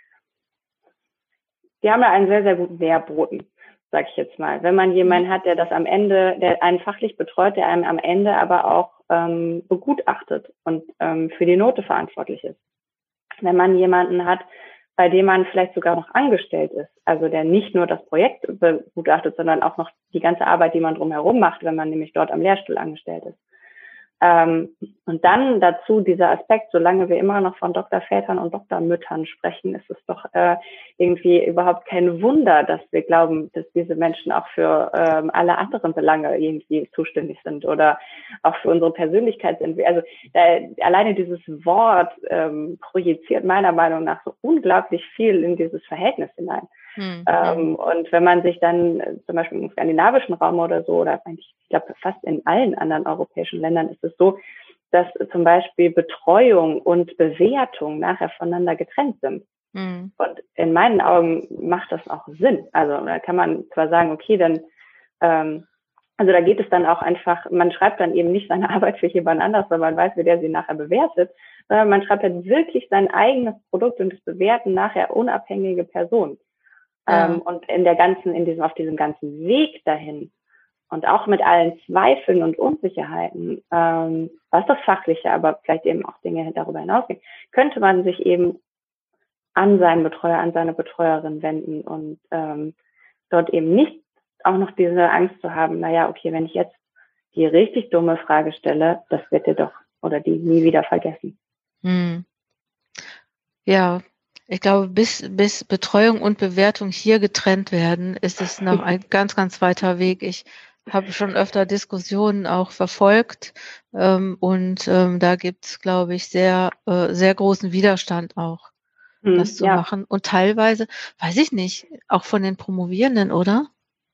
die haben da einen sehr, sehr guten Nährboden, sag ich jetzt mal. Wenn man jemanden hat, der das am Ende, der einen fachlich betreut, der einem am Ende aber auch ähm, begutachtet und ähm, für die Note verantwortlich ist. Wenn man jemanden hat, bei dem man vielleicht sogar noch angestellt ist, also der nicht nur das Projekt begutachtet, sondern auch noch die ganze Arbeit, die man drumherum macht, wenn man nämlich dort am Lehrstuhl angestellt ist. Ähm, und dann dazu dieser Aspekt, solange wir immer noch von Doktorvätern und Doktormüttern sprechen, ist es doch äh, irgendwie überhaupt kein Wunder, dass wir glauben, dass diese Menschen auch für ähm, alle anderen Belange irgendwie zuständig sind oder auch für unsere Persönlichkeitsentwicklung. Also äh, alleine dieses Wort ähm, projiziert meiner Meinung nach so unglaublich viel in dieses Verhältnis hinein. Hm, Ähm, hm. und wenn man sich dann äh, zum Beispiel im skandinavischen Raum oder so, oder eigentlich, ich glaube, fast in allen anderen europäischen Ländern ist es so, dass äh, zum Beispiel Betreuung und Bewertung nachher voneinander getrennt sind. Hm. Und in meinen Augen macht das auch Sinn. Also da kann man zwar sagen, okay, dann, ähm, also da geht es dann auch einfach, man schreibt dann eben nicht seine Arbeit für jemand anders, weil man weiß, wie der sie nachher bewertet, sondern man schreibt dann wirklich sein eigenes Produkt und es bewerten nachher unabhängige Personen. Ja. Ähm, und in der ganzen, in diesem, auf diesem ganzen Weg dahin und auch mit allen Zweifeln und Unsicherheiten, ähm, was das Fachliche, aber vielleicht eben auch Dinge darüber hinausgehen, könnte man sich eben an seinen Betreuer, an seine Betreuerin wenden und ähm, dort eben nicht auch noch diese Angst zu haben, naja, okay, wenn ich jetzt die richtig dumme Frage stelle, das wird dir doch oder die nie wieder vergessen. Hm. Ja, ich glaube, bis, bis Betreuung und Bewertung hier getrennt werden, ist es noch ein ganz, ganz weiter Weg. Ich habe schon öfter Diskussionen auch verfolgt ähm, und ähm, da gibt's, glaube ich, sehr, äh, sehr großen Widerstand auch, Hm, das zu ja. machen. Und teilweise, weiß ich nicht, auch von den Promovierenden, oder?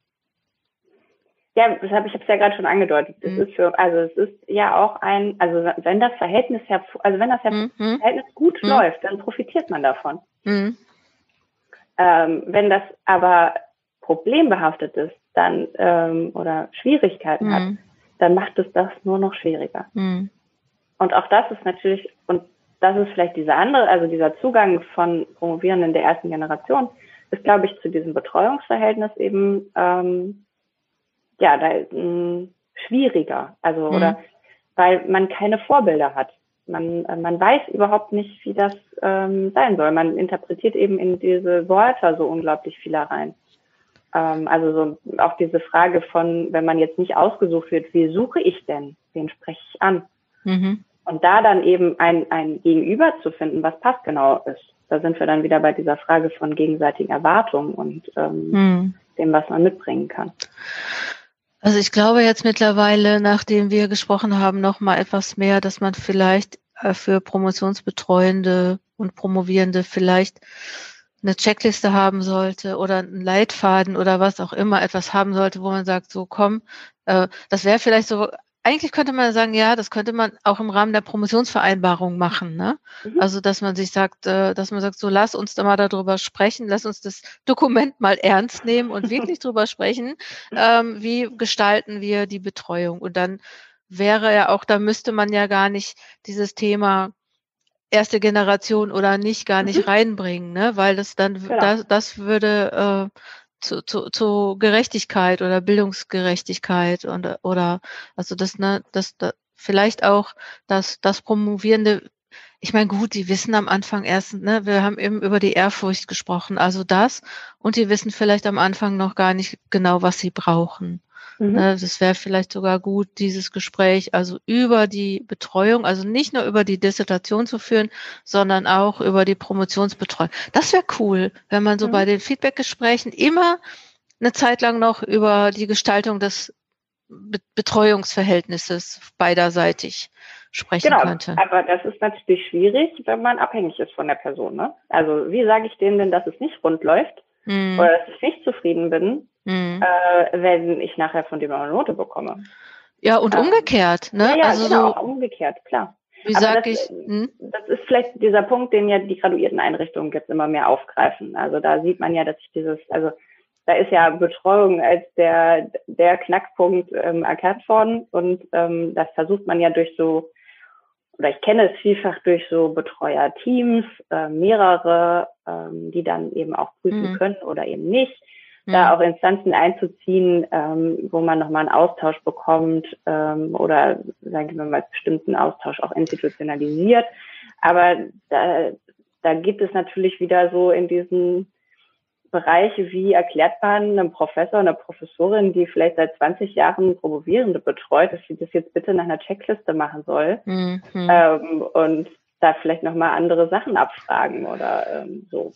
Ja, das habe ich habe es ja gerade schon angedeutet. Es Mhm. ist für, also es ist ja auch ein, also wenn das Verhältnis her, also wenn das Mhm. Verhältnis gut Mhm. läuft, dann profitiert man davon. Mhm. Ähm, wenn das aber problembehaftet ist, dann ähm, oder Schwierigkeiten hat, Mhm. dann macht es das nur noch schwieriger. Mhm. Und auch das ist natürlich, und das ist vielleicht dieser andere, also dieser Zugang von Promovierenden der ersten Generation, ist, glaube ich, zu diesem Betreuungsverhältnis eben ähm, ja, da mh, schwieriger. Also, Mhm. oder weil man keine Vorbilder hat. Man, äh, man weiß überhaupt nicht, wie das ähm, sein soll. Man interpretiert eben in diese Wörter so unglaublich viel rein. Ähm, also so auch diese Frage von, wenn man jetzt nicht ausgesucht wird, wie suche ich denn? Wen spreche ich an? Mhm. Und da dann eben ein, ein Gegenüber zu finden, was passgenau ist. Da sind wir dann wieder bei dieser Frage von gegenseitigen Erwartungen und ähm, Mhm. dem, was man mitbringen kann. Also ich glaube jetzt mittlerweile, nachdem wir gesprochen haben, noch mal etwas mehr, dass man vielleicht äh, für Promotionsbetreuende und Promovierende vielleicht eine Checkliste haben sollte oder einen Leitfaden oder was auch immer, etwas haben sollte, wo man sagt, so komm, äh, das wäre vielleicht so, eigentlich könnte man sagen, ja, das könnte man auch im Rahmen der Promotionsvereinbarung machen, ne? Mhm. Also, dass man sich sagt, äh, dass man sagt, so lass uns da mal darüber sprechen, lass uns das Dokument mal ernst nehmen und wirklich drüber sprechen, ähm, wie gestalten wir die Betreuung? Und dann wäre ja auch, da müsste man ja gar nicht dieses Thema erste Generation oder nicht gar nicht Mhm. reinbringen, ne? Weil das dann, Genau. das, das würde äh, zu, zu, zu Gerechtigkeit oder Bildungsgerechtigkeit und oder also das, ne, das, das vielleicht auch das, das Promovierende. Ich meine, gut, die wissen am Anfang erst, ne, wir haben eben über die Ehrfurcht gesprochen, also das, und die wissen vielleicht am Anfang noch gar nicht genau, was sie brauchen. Ne, Mhm. das wäre vielleicht sogar gut, dieses Gespräch also über die Betreuung, also nicht nur über die Dissertation zu führen, sondern auch über die Promotionsbetreuung. Das wäre cool, wenn man so bei Mhm. den Feedbackgesprächen immer eine Zeit lang noch über die Gestaltung des Be- Betreuungsverhältnisses beiderseitig sprechen Genau, könnte. aber das ist natürlich schwierig, wenn man abhängig ist von der Person. Ne? Also wie sage ich denen denn, dass es nicht rund läuft Hm, oder dass ich nicht zufrieden bin, hm. äh, wenn ich nachher von dem eine Note bekomme? Ja, und Ähm, umgekehrt, ja, ne? ja, Also genau, so, auch umgekehrt, klar. wie Aber das, sag ich, hm? das ist vielleicht dieser Punkt, den ja die graduierten Einrichtungen jetzt immer mehr aufgreifen. Also da sieht man ja, dass sich dieses, also da ist ja Betreuung als der, der Knackpunkt ähm, erkannt worden und ähm, das versucht man ja durch so, oder ich kenne es vielfach durch so Betreuerteams, äh, mehrere, ähm, die dann eben auch prüfen Hm, können oder eben nicht, da hm, auch Instanzen einzuziehen, ähm, wo man nochmal einen Austausch bekommt ähm, oder, sagen wir mal, bestimmten Austausch auch institutionalisiert. Aber da, da gibt es natürlich wieder so in diesen Bereiche, wie erklärt man einem Professor, einer Professorin, die vielleicht seit zwanzig Jahren Promovierende betreut, dass sie das jetzt bitte nach einer Checkliste machen soll hm, hm. ähm, und da vielleicht nochmal andere Sachen abfragen oder ähm, so.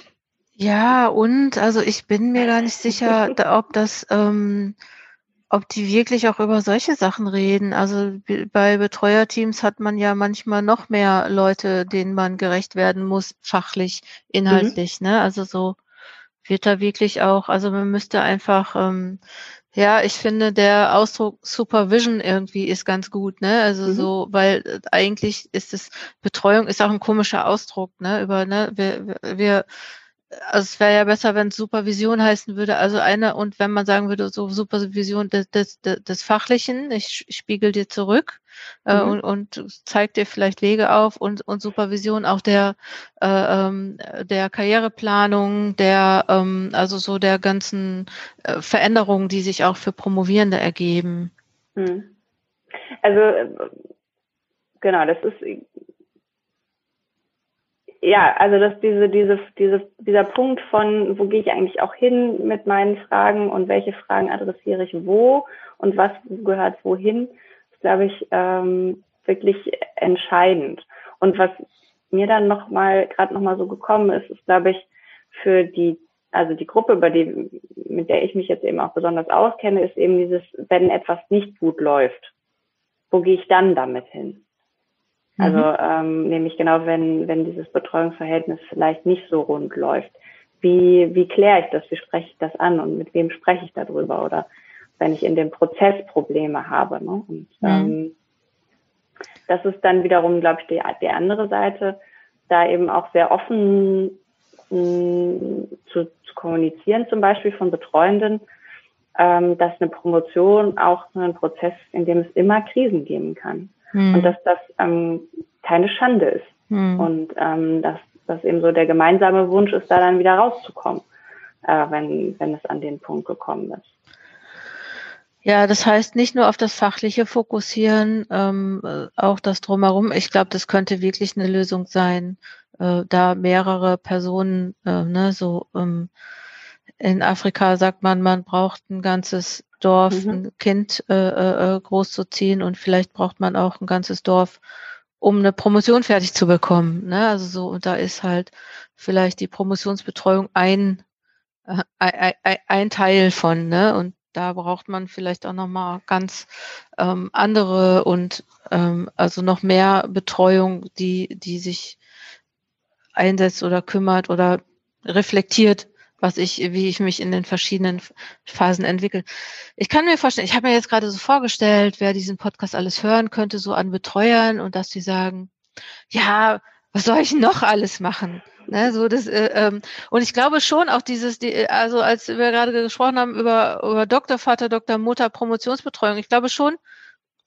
Ja, und also ich bin mir gar nicht sicher, da, ob das, ähm, ob die wirklich auch über solche Sachen reden. Also b- bei Betreuerteams hat man ja manchmal noch mehr Leute, denen man gerecht werden muss, fachlich, Mhm. inhaltlich, ne? Also so wird da wirklich auch, also man müsste einfach, ähm, ja, ich finde, der Ausdruck Supervision irgendwie ist ganz gut, ne? Also Mhm. so, weil äh, eigentlich ist es, Betreuung ist auch ein komischer Ausdruck, ne? Über, ne, wir, wir, wir also es wäre ja besser, wenn es Supervision heißen würde, also eine, und wenn man sagen würde, so Supervision des, des, des des Fachlichen, ich spiegel dir zurück äh, und, Mhm. und zeig dir vielleicht Wege auf und, und Supervision auch der, äh, ähm, der Karriereplanung, der, ähm, also so der ganzen äh, Veränderungen, die sich auch für Promovierende ergeben. Mhm. Also äh, genau, das ist ja, also dass diese, diese, diese, dieser Punkt von, wo gehe ich eigentlich auch hin mit meinen Fragen und welche Fragen adressiere ich wo und was gehört wohin, ist, glaube ich, ähm, wirklich entscheidend. Und was mir dann nochmal, gerade nochmal so gekommen ist, ist, glaube ich, für die, also die Gruppe, über die, mit der ich mich jetzt eben auch besonders auskenne, ist eben dieses, wenn etwas nicht gut läuft, wo gehe ich dann damit hin? Also Mhm. ähm, nämlich genau, wenn, wenn dieses Betreuungsverhältnis vielleicht nicht so rund läuft. Wie, wie kläre ich das? Wie spreche ich das an? Und mit wem spreche ich darüber? Oder wenn ich in dem Prozess Probleme habe. Ne? Und Mhm. ähm, das ist dann wiederum, glaube ich, die, die andere Seite, da eben auch sehr offen mh, zu, zu kommunizieren, zum Beispiel von Betreuenden, ähm, dass eine Promotion auch ein Prozess ist, in dem es immer Krisen geben kann. Und Mhm. dass das ähm, keine Schande ist. Mhm. Und ähm, dass das eben so der gemeinsame Wunsch ist, da dann wieder rauszukommen, äh, wenn, wenn es an den Punkt gekommen ist. Ja, das heißt nicht nur auf das Fachliche fokussieren, ähm, äh, auch das Drumherum. Ich glaube, das könnte wirklich eine Lösung sein, äh, da mehrere Personen, äh, ne, so ähm, in Afrika sagt man, man braucht ein ganzes Dorf, Mhm. ein Kind äh, äh, äh, großzuziehen, und vielleicht braucht man auch ein ganzes Dorf, um eine Promotion fertig zu bekommen. Ne? Also so, und da ist halt vielleicht die Promotionsbetreuung ein äh, ei- ei- ein Teil von, ne? Und da braucht man vielleicht auch noch mal ganz ähm, andere und ähm, also noch mehr Betreuung, die die sich einsetzt oder kümmert oder reflektiert, was ich, wie ich mich in den verschiedenen Phasen entwickle. Ich kann mir vorstellen, ich habe mir jetzt gerade so vorgestellt, wer diesen Podcast alles hören könnte, so an Betreuern, und dass sie sagen, ja, was soll ich noch alles machen? Ne, so das, äh, ähm, und ich glaube schon auch dieses, die, also als wir gerade gesprochen haben über, über Doktorvater, Doktor, Mutter, Promotionsbetreuung, ich glaube schon,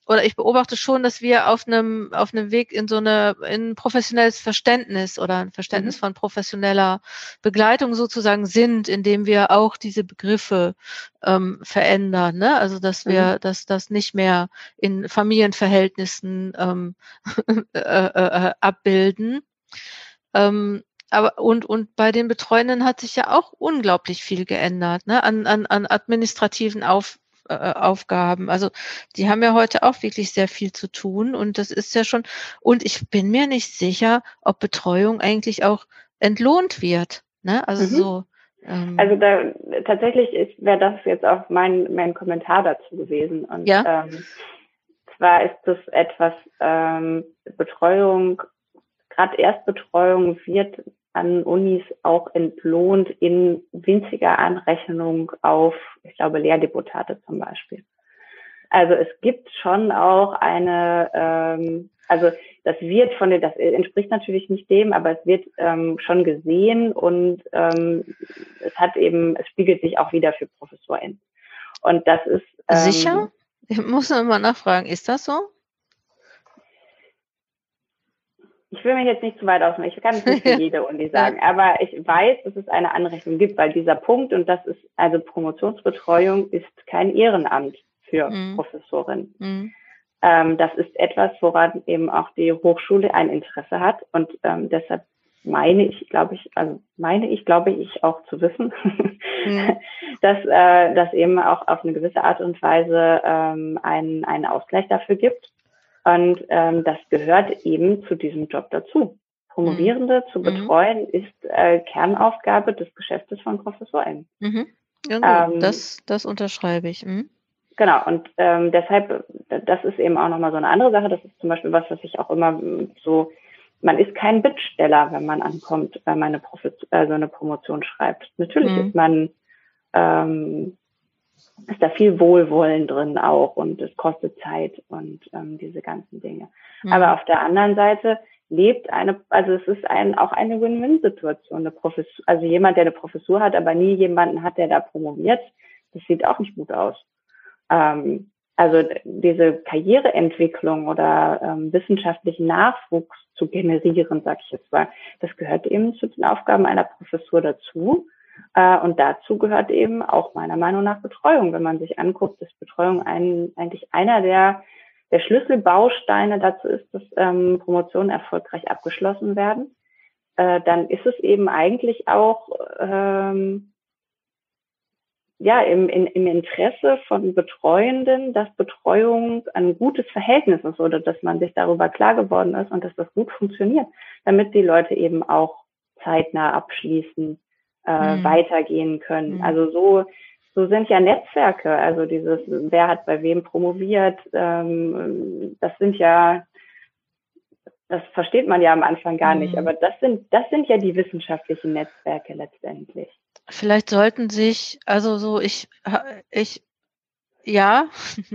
oder ich beobachte schon, dass wir auf einem auf einem Weg in so eine in ein professionelles Verständnis oder ein Verständnis Mhm. von professioneller Begleitung sozusagen sind, indem wir auch diese Begriffe ähm, verändern, ne? Also dass wir, Mhm. dass das nicht mehr in Familienverhältnissen ähm, äh, äh, äh, abbilden. Ähm, aber und und bei den Betreuenden hat sich ja auch unglaublich viel geändert, ne, an an an administrativen Auf äh, Aufgaben. Also, die haben ja heute auch wirklich sehr viel zu tun und das ist ja schon und ich bin mir nicht sicher, ob Betreuung eigentlich auch entlohnt wird, ne? Also Mhm. so, Also ähm da tatsächlich wäre das jetzt auch mein mein Kommentar dazu gewesen. Und ja? ähm, zwar ist das etwas ähm, Betreuung, gerade Erstbetreuung wird an Unis auch entlohnt in winziger Anrechnung auf, ich glaube, Lehrdeputate zum Beispiel. Also es gibt schon auch eine, ähm, also das wird von den, das entspricht natürlich nicht dem, aber es wird ähm, schon gesehen und ähm, es hat eben, es spiegelt sich auch wieder für ProfessorInnen. Und das ist Sicher? ähm, Ich muss noch mal nachfragen, ist das so? ich will mich jetzt nicht zu weit ausmachen, ich kann es nicht für Ja, jede Uni ja. sagen, aber ich weiß, dass es eine Anrechnung gibt, weil dieser Punkt, und das ist, also Promotionsbetreuung ist kein Ehrenamt für Mhm. Professorinnen. Mhm. Ähm, das ist etwas, woran eben auch die Hochschule ein Interesse hat und ähm, deshalb meine ich, glaube ich, also meine ich, glaube ich auch zu wissen, Mhm. dass äh, dass eben auch auf eine gewisse Art und Weise ähm, einen einen Ausgleich dafür gibt. Und ähm, das gehört eben zu diesem Job dazu. Promovierende zu Mhm. betreuen ist äh, Kernaufgabe des Geschäftes von ProfessorInnen. Mhm. Ja gut, Ähm, das das unterschreibe ich. Mhm. Genau, und ähm, deshalb, das ist eben auch nochmal so eine andere Sache. Das ist zum Beispiel was, was ich auch immer so, man ist kein Bittsteller, wenn man ankommt, wenn man eine, Profes- also eine Promotion schreibt. Natürlich Mhm. ist man, ähm, ist da viel Wohlwollen drin auch und es kostet Zeit und ähm, diese ganzen Dinge. Mhm. Aber auf der anderen Seite lebt eine, also es ist ein, auch eine Win-Win-Situation. Eine Professur, also jemand, der eine Professur hat, aber nie jemanden hat, der da promoviert, das sieht auch nicht gut aus. Ähm, also diese Karriereentwicklung oder ähm, wissenschaftlichen Nachwuchs zu generieren, sage ich jetzt mal, das gehört eben zu den Aufgaben einer Professur dazu. Äh, und dazu gehört eben auch meiner Meinung nach Betreuung. Wenn man sich anguckt, dass Betreuung ein, eigentlich einer der, der Schlüsselbausteine dazu ist, dass ähm, Promotionen erfolgreich abgeschlossen werden, äh, dann ist es eben eigentlich auch ähm, ja, im, in, im Interesse von Betreuenden, dass Betreuung ein gutes Verhältnis ist oder dass man sich darüber klar geworden ist und dass das gut funktioniert, damit die Leute eben auch zeitnah abschließen, äh, Mhm. weitergehen können. Mhm. Also so, so sind ja Netzwerke, also dieses, wer hat bei wem promoviert, ähm, das sind ja, das versteht man ja am Anfang gar nicht, Mhm. aber das sind, das sind ja die wissenschaftlichen Netzwerke letztendlich. Vielleicht sollten sich, also so, ich, ha- ich, ja,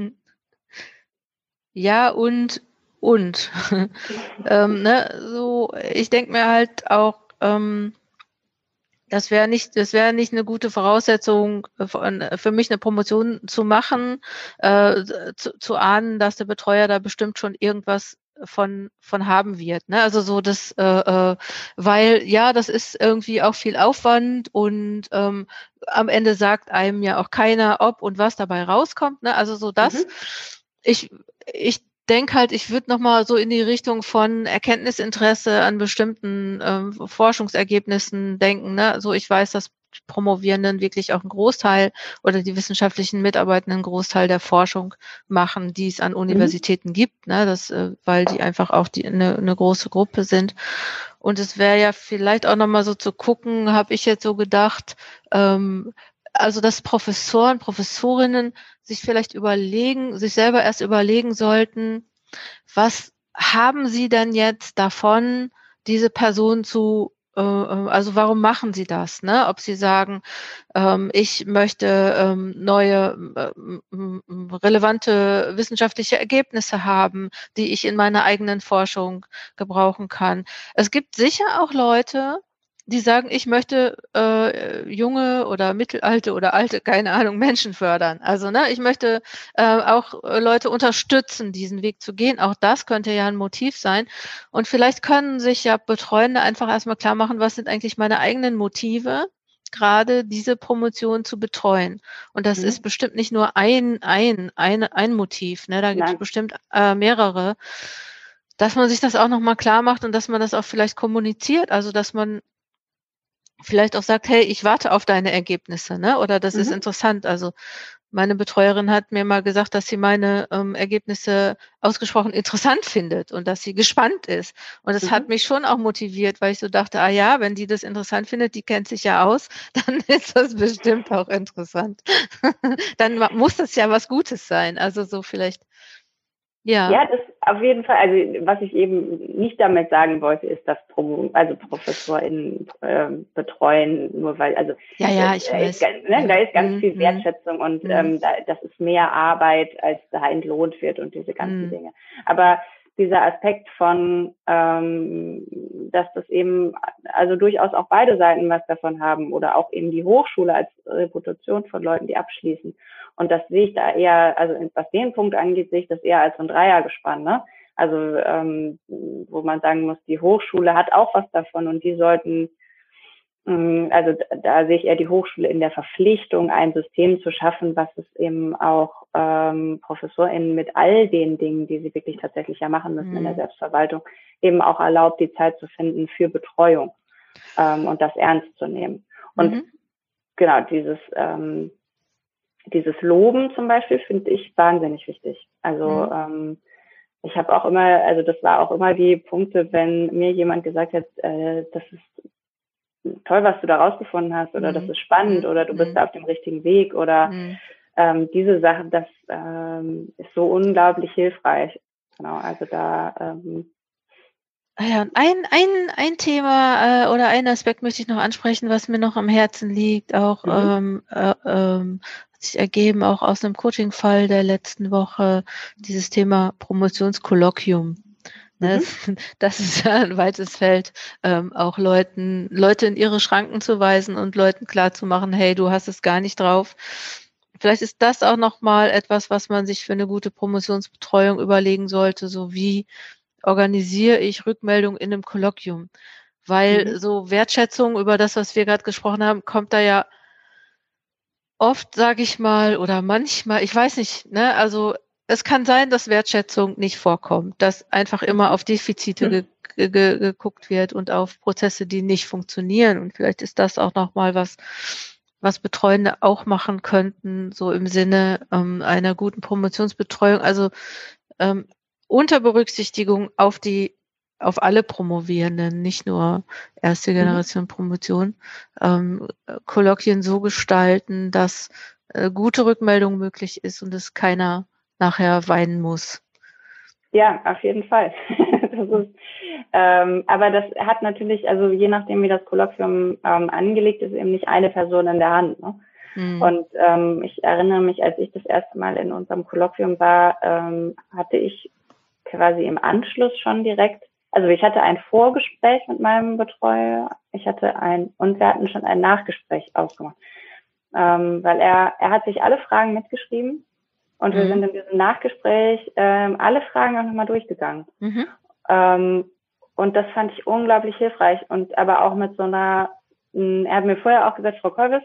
ja und, und. ähm, ne, so, ich denke mir halt auch, ähm, das wäre nicht, das wäre nicht eine gute Voraussetzung äh, von, äh, für mich eine Promotion zu machen, äh, zu, zu ahnen, dass der Betreuer da bestimmt schon irgendwas von von haben wird. Ne? Also so das, äh, äh, weil ja, das ist irgendwie auch viel Aufwand und ähm, am Ende sagt einem ja auch keiner, ob und was dabei rauskommt. Ne? Also so das. Mhm. Ich ich denke halt, ich würde noch mal so in die Richtung von Erkenntnisinteresse an bestimmten ähm, Forschungsergebnissen denken. Ne? So, ich weiß, dass die Promovierenden wirklich auch einen Großteil oder die wissenschaftlichen Mitarbeitenden einen Großteil der Forschung machen, die es an Universitäten Mhm. gibt, ne? Das, äh, weil die einfach auch die eine eine große Gruppe sind. Und es wäre ja vielleicht auch noch mal so zu gucken, habe ich jetzt so gedacht, ähm, also dass Professoren, Professorinnen sich vielleicht überlegen, sich selber erst überlegen sollten, was haben sie denn jetzt davon, diese Person zu, äh, also warum machen sie das? Ne? Ob sie sagen, ähm, ich möchte ähm, neue, äh, relevante wissenschaftliche Ergebnisse haben, die ich in meiner eigenen Forschung gebrauchen kann. Es gibt sicher auch Leute, die sagen, ich möchte äh, junge oder mittelalte oder alte, keine Ahnung, Menschen fördern. Also ne, ich möchte äh, auch äh, Leute unterstützen, diesen Weg zu gehen. Auch das könnte ja ein Motiv sein. Und vielleicht können sich ja Betreuende einfach erstmal klar machen, was sind eigentlich meine eigenen Motive, gerade diese Promotion zu betreuen. Und das Mhm. ist bestimmt nicht nur ein, ein, ein, ein Motiv. Ne? Da gibt es Nein. bestimmt äh, mehrere. Dass man sich das auch nochmal klar macht und dass man das auch vielleicht kommuniziert. Also dass man vielleicht auch sagt, hey, ich warte auf deine Ergebnisse, ne? Oder das ist Mhm. interessant. Also meine Betreuerin hat mir mal gesagt, dass sie meine ähm, Ergebnisse ausgesprochen interessant findet und dass sie gespannt ist. Und das hat Mhm. mich schon auch motiviert, weil ich so dachte, ah ja, wenn die das interessant findet, die kennt sich ja aus, dann ist das bestimmt auch interessant. Dann ma- muss das ja was Gutes sein. Also so vielleicht, ja. Ja, das auf jeden Fall. Also was ich eben nicht damit sagen wollte, ist, dass Pro, also ProfessorInnen ähm, betreuen, nur weil, also Ja, ja, äh, ich da ist, weiß. ganz- ne, Ja. da ist ganz Mm, viel mm, Wertschätzung und mm, ähm, da, das ist mehr Arbeit, als da entlohnt wird und diese ganzen mm, Dinge. Aber dieser Aspekt von, ähm, dass das eben, also durchaus auch beide Seiten was davon haben oder auch eben die Hochschule als Reputation von Leuten, die abschließen. Und das sehe ich da eher, also was den Punkt angeht, sehe ich das eher als so ein Dreiergespann, ne? Also ähm, wo man sagen muss, die Hochschule hat auch was davon und die sollten, ähm, also da, da sehe ich eher die Hochschule in der Verpflichtung, ein System zu schaffen, was es eben auch ähm, ProfessorInnen mit all den Dingen, die sie wirklich tatsächlich ja machen müssen mm. in der Selbstverwaltung, eben auch erlaubt, die Zeit zu finden für Betreuung ähm, und das ernst zu nehmen. Und Mhm. genau, dieses ähm, dieses Loben zum Beispiel finde ich wahnsinnig wichtig. Also Mhm. ähm, ich habe auch immer, also das war auch immer die Punkte, wenn mir jemand gesagt hat, äh, das ist toll, was du da rausgefunden hast oder Mhm. das ist spannend Mhm. oder du bist Mhm. da auf dem richtigen Weg oder Mhm. ähm, diese Sachen, das ähm, ist so unglaublich hilfreich. Genau, also da ähm, Ah ja, und ein, ein, ein Thema äh, oder ein Aspekt möchte ich noch ansprechen, was mir noch am Herzen liegt, auch mhm, ähm, äh, ähm, hat sich ergeben, auch aus einem Coaching-Fall der letzten Woche, dieses Thema Promotionskolloquium. Ne, mhm, Das, das ist ja ein weites Feld, ähm, auch Leuten, Leute in ihre Schranken zu weisen und Leuten klarzumachen, hey, du hast es gar nicht drauf. Vielleicht ist das auch nochmal etwas, was man sich für eine gute Promotionsbetreuung überlegen sollte, so wie organisiere ich Rückmeldung in einem Kolloquium? Weil mhm, so Wertschätzung über das, was wir gerade gesprochen haben, kommt da ja oft, sage ich mal, oder manchmal, ich weiß nicht, ne, also es kann sein, dass Wertschätzung nicht vorkommt, dass einfach immer mhm, auf Defizite ge ge ge geguckt wird und auf Prozesse, die nicht funktionieren. Und vielleicht ist das auch nochmal was, was Betreuende auch machen könnten, so im Sinne ähm, einer guten Promotionsbetreuung. Also ähm, unter Berücksichtigung auf die, auf alle Promovierenden, nicht nur erste mhm. Generation Promotion, ähm, Kolloquien so gestalten, dass äh, gute Rückmeldung möglich ist und es keiner nachher weinen muss. Ja, auf jeden Fall. Das ist, ähm, aber das hat natürlich, also je nachdem, wie das Kolloquium ähm, angelegt ist, eben nicht eine Person in der Hand. Ne? Hm. Und ähm, ich erinnere mich, als ich das erste Mal in unserem Kolloquium war, ähm, hatte ich quasi im Anschluss schon direkt, also ich hatte ein Vorgespräch mit meinem Betreuer, ich hatte ein, und wir hatten schon ein Nachgespräch ausgemacht, ähm, weil er, er hat sich alle Fragen mitgeschrieben. Und wir Mhm. sind in diesem Nachgespräch ähm, alle Fragen auch nochmal durchgegangen. Mhm. Ähm, und das fand ich unglaublich hilfreich. Und aber auch mit so einer, mh, er hat mir vorher auch gesagt, Frau Kolbis,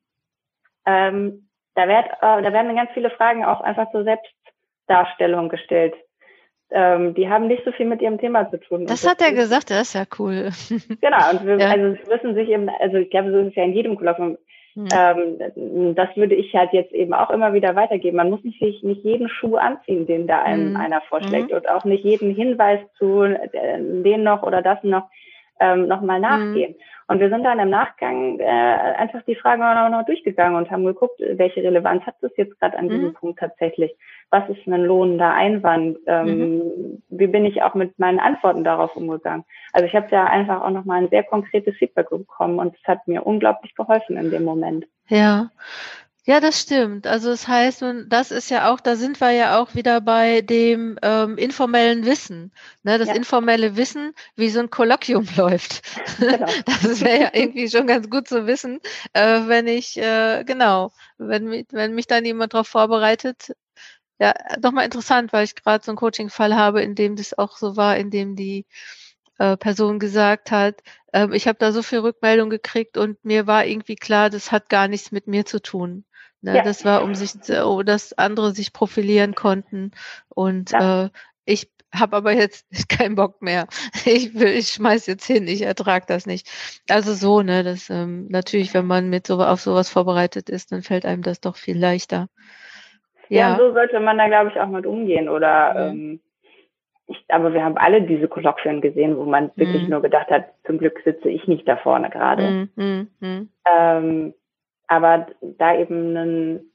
ähm, da, werd, äh, da werden ganz viele Fragen auch einfach zur Selbstdarstellung gestellt. Ähm, die haben nicht so viel mit ihrem Thema zu tun. Das Und das hat er ist, gesagt, das ist ja cool. genau, und wir, Ja. also sie müssen sich eben, also ich glaube, so ist es ja in jedem Kolloquium. Mhm. Ähm, das würde ich halt jetzt eben auch immer wieder weitergeben. Man muss nicht, nicht jeden Schuh anziehen, den da einem Mhm. einer vorschlägt Mhm. und auch nicht jeden Hinweis zu äh, den noch oder das noch ähm, nochmal nachgehen. Mhm. Und wir sind dann im Nachgang äh, einfach die Fragen auch noch durchgegangen und haben geguckt, welche Relevanz hat das jetzt gerade an diesem Mhm. Punkt tatsächlich? Was ist ein lohnender Einwand? Ähm, Mhm. Wie bin ich auch mit meinen Antworten darauf umgegangen? Also ich habe da einfach auch nochmal ein sehr konkretes Feedback bekommen und es hat mir unglaublich geholfen in dem Moment. Ja, Ja, das stimmt. Also das heißt, nun, das ist ja auch, da sind wir ja auch wieder bei dem ähm, informellen Wissen. Ne? Das Ja. informelle Wissen, wie so ein Kolloquium läuft. Genau. Das wäre ja irgendwie schon ganz gut zu wissen, äh, wenn ich, äh, genau, wenn, mich- wenn mich dann jemand darauf vorbereitet. Ja, nochmal interessant, weil ich gerade so einen Coaching-Fall habe, in dem das auch so war, in dem die äh, Person gesagt hat, ähm, ich habe da so viel Rückmeldung gekriegt und mir war irgendwie klar, das hat gar nichts mit mir zu tun. Ne, Ja, das war, um sich, oh, dass andere sich profilieren konnten und ja. äh, ich habe aber jetzt keinen Bock mehr. Ich will, ich schmeiß jetzt hin, ich ertrage das nicht. Also so, ne, das ähm, natürlich, wenn man mit so auf sowas vorbereitet ist, dann fällt einem das doch viel leichter. Ja, und Ja. so sollte man da, glaube ich, auch mit umgehen. Oder Mhm. ähm, ich, aber wir haben alle diese Kolloquien gesehen, wo man wirklich Mhm. nur gedacht hat, zum Glück sitze ich nicht da vorne gerade. Mhm. Mhm. Mhm. Ähm, aber da eben einen,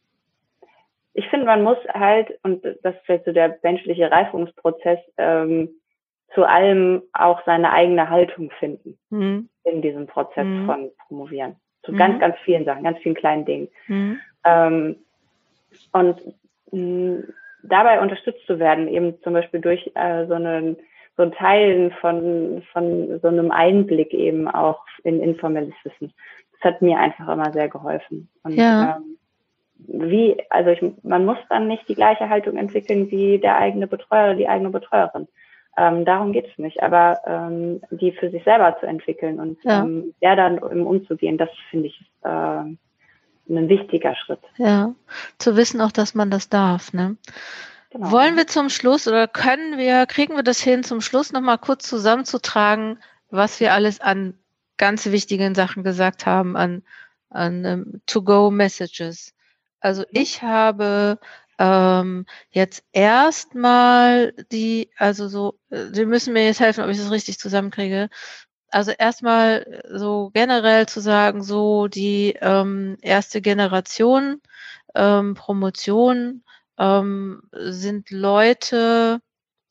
ich finde, man muss halt, und das ist vielleicht so der menschliche Reifungsprozess, ähm, zu allem auch seine eigene Haltung finden Mhm. in diesem Prozess Mhm. von Promovieren. Zu Mhm. ganz, ganz vielen Sachen, ganz vielen kleinen Dingen. Mhm. Ähm, und mh, dabei unterstützt zu werden, eben zum Beispiel durch äh, so einen so ein Teilen von von so einem Einblick eben auch in informelles Wissen. Das hat mir einfach immer sehr geholfen. Und Ja. ähm, wie, also ich, man muss dann nicht die gleiche Haltung entwickeln wie der eigene Betreuer oder die eigene Betreuerin. Ähm, darum geht es nicht, aber ähm, die für sich selber zu entwickeln und Ja. ähm, der dann im umzugehen, das finde ich äh, ein wichtiger Schritt. Ja, zu wissen auch, dass man das darf, ne? Genau. Wollen wir zum Schluss oder können wir, kriegen wir das hin, zum Schluss nochmal kurz zusammenzutragen, was wir alles an ganz wichtigen Sachen gesagt haben, an, an ähm, To-Go-Messages. Also Mhm. ich habe ähm, jetzt erstmal die, also so, äh, Sie müssen mir jetzt helfen, ob ich das richtig zusammenkriege. Also erstmal so generell zu sagen, so die ähm, erste Generation ähm, Promotion ähm, sind Leute,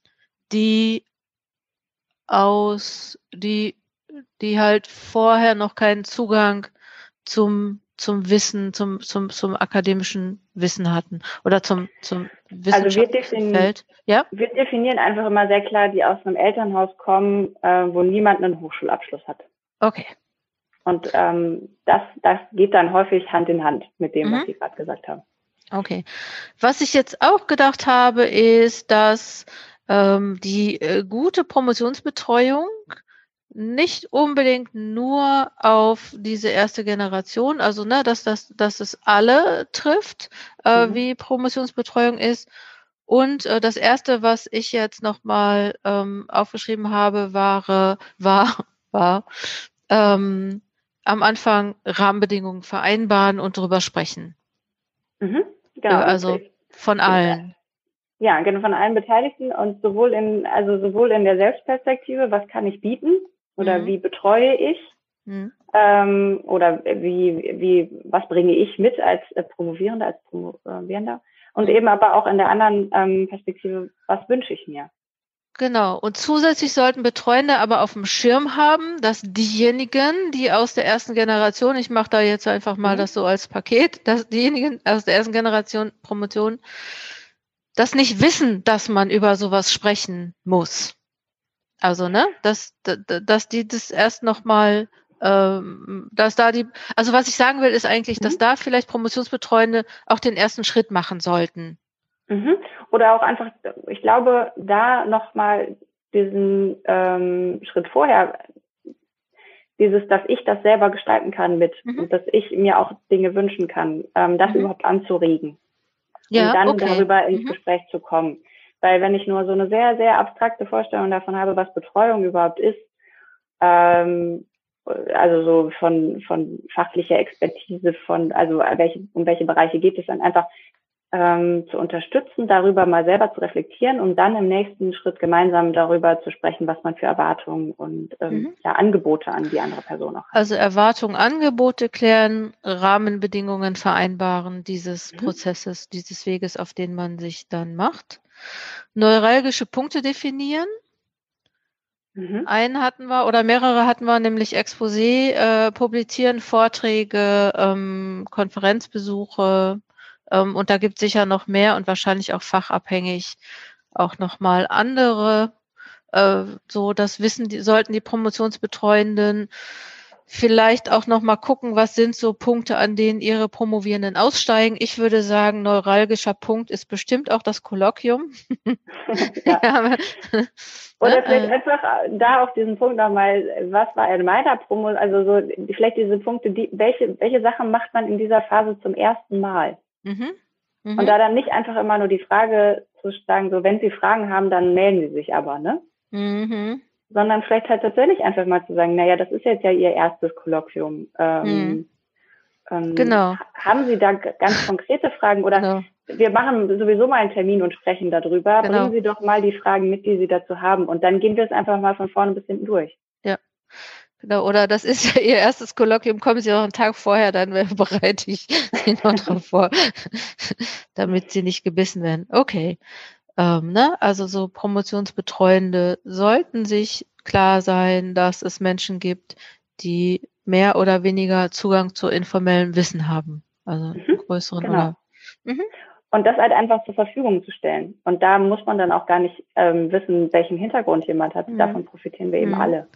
die aus, die, die halt vorher noch keinen Zugang zum, zum Wissen, zum, zum, zum akademischen Wissen hatten oder zum, zum Also wir, wissenschaftlichen defin Feld. Ja? wir definieren einfach immer sehr klar, die aus einem Elternhaus kommen, äh, wo niemand einen Hochschulabschluss hat. Okay. Und ähm, das, das geht dann häufig Hand in Hand mit dem, Mhm. was Sie gerade gesagt haben. Okay. Was ich jetzt auch gedacht habe, ist, dass ähm, die äh, gute Promotionsbetreuung nicht unbedingt nur auf diese erste Generation, also ne, dass das, dass es alle trifft, äh, Mhm. wie Promotionsbetreuung ist. Und äh, das erste, was ich jetzt nochmal ähm, aufgeschrieben habe, war, war, war ähm, am Anfang Rahmenbedingungen vereinbaren und drüber sprechen. Mhm. Äh, Genau. also Und, von allen. ja, genau, von allen Beteiligten und sowohl in, also sowohl in der Selbstperspektive, was kann ich bieten oder Mhm. wie betreue ich, Mhm. ähm, oder wie, wie, was bringe ich mit als äh, Promovierender, als Promovierender und Mhm. eben aber auch in der anderen ähm, Perspektive, was wünsche ich mir? Genau. Und zusätzlich sollten Betreuende aber auf dem Schirm haben, dass diejenigen, die aus der ersten Generation, ich mache da jetzt einfach mal Mhm. das so als Paket, dass diejenigen aus der ersten Generation Promotion das nicht wissen, dass man über sowas sprechen muss. Also, ne, dass, dass die das erst nochmal, ähm, dass da die, also was ich sagen will, ist eigentlich, dass Mhm. da vielleicht Promotionsbetreuende auch den ersten Schritt machen sollten. Mhm. Oder auch einfach, ich glaube, da nochmal diesen ähm, Schritt vorher, dieses, dass ich das selber gestalten kann mit Mhm. und dass ich mir auch Dinge wünschen kann, ähm, das Mhm. überhaupt anzuregen Ja, und dann okay. darüber ins Mhm. Gespräch zu kommen. Weil wenn ich nur so eine sehr, sehr abstrakte Vorstellung davon habe, was Betreuung überhaupt ist, ähm, also so von, von fachlicher Expertise, von, also welche, um welche Bereiche geht es dann einfach, ähm, zu unterstützen, darüber mal selber zu reflektieren, um dann im nächsten Schritt gemeinsam darüber zu sprechen, was man für Erwartungen und ähm, Mhm. ja, Angebote an die andere Person auch hat. Also Erwartungen, Angebote klären, Rahmenbedingungen vereinbaren dieses Mhm. Prozesses, dieses Weges, auf den man sich dann macht. Neuralgische Punkte definieren. Mhm. Einen hatten wir oder mehrere hatten wir, nämlich Exposé, äh, publizieren, Vorträge, ähm, Konferenzbesuche, ähm, und da gibt es sicher noch mehr und wahrscheinlich auch fachabhängig auch nochmal andere. Äh, so, das wissen die, sollten die Promotionsbetreuenden vielleicht auch nochmal gucken, was sind so Punkte, an denen ihre Promovierenden aussteigen. Ich würde sagen, neuralgischer Punkt ist bestimmt auch das Kolloquium. Ja. Ja, Oder ne, vielleicht äh, einfach da auf diesen Punkt nochmal, was war in meiner Promo, also so vielleicht diese Punkte, die, welche, welche Sachen macht man in dieser Phase zum ersten Mal? mhm, mhm. Und da dann nicht einfach immer nur die Frage zu sagen, so wenn Sie Fragen haben, dann melden Sie sich aber, ne? Mhm. Sondern vielleicht halt tatsächlich einfach mal zu sagen, naja, das ist jetzt ja Ihr erstes Kolloquium. Ähm, Mhm. ähm, Genau. Haben Sie da g- ganz konkrete Fragen oder Genau. wir machen sowieso mal einen Termin und sprechen darüber. Genau. Bringen Sie doch mal die Fragen mit, die Sie dazu haben und dann gehen wir es einfach mal von vorne bis hinten durch. Ja, genau. Oder das ist ja Ihr erstes Kolloquium, kommen Sie auch einen Tag vorher, dann äh, bereite ich Sie noch drauf vor, damit Sie nicht gebissen werden. Okay. Ähm, ne? Also so Promotionsbetreuende sollten sich klar sein, dass es Menschen gibt, die mehr oder weniger Zugang zu informellem Wissen haben. Also einen Mhm, größeren genau. oder. Mhm. Und das halt einfach zur Verfügung zu stellen. Und da muss man dann auch gar nicht ähm, wissen, welchen Hintergrund jemand hat. Mhm. Davon profitieren wir eben Mhm. alle.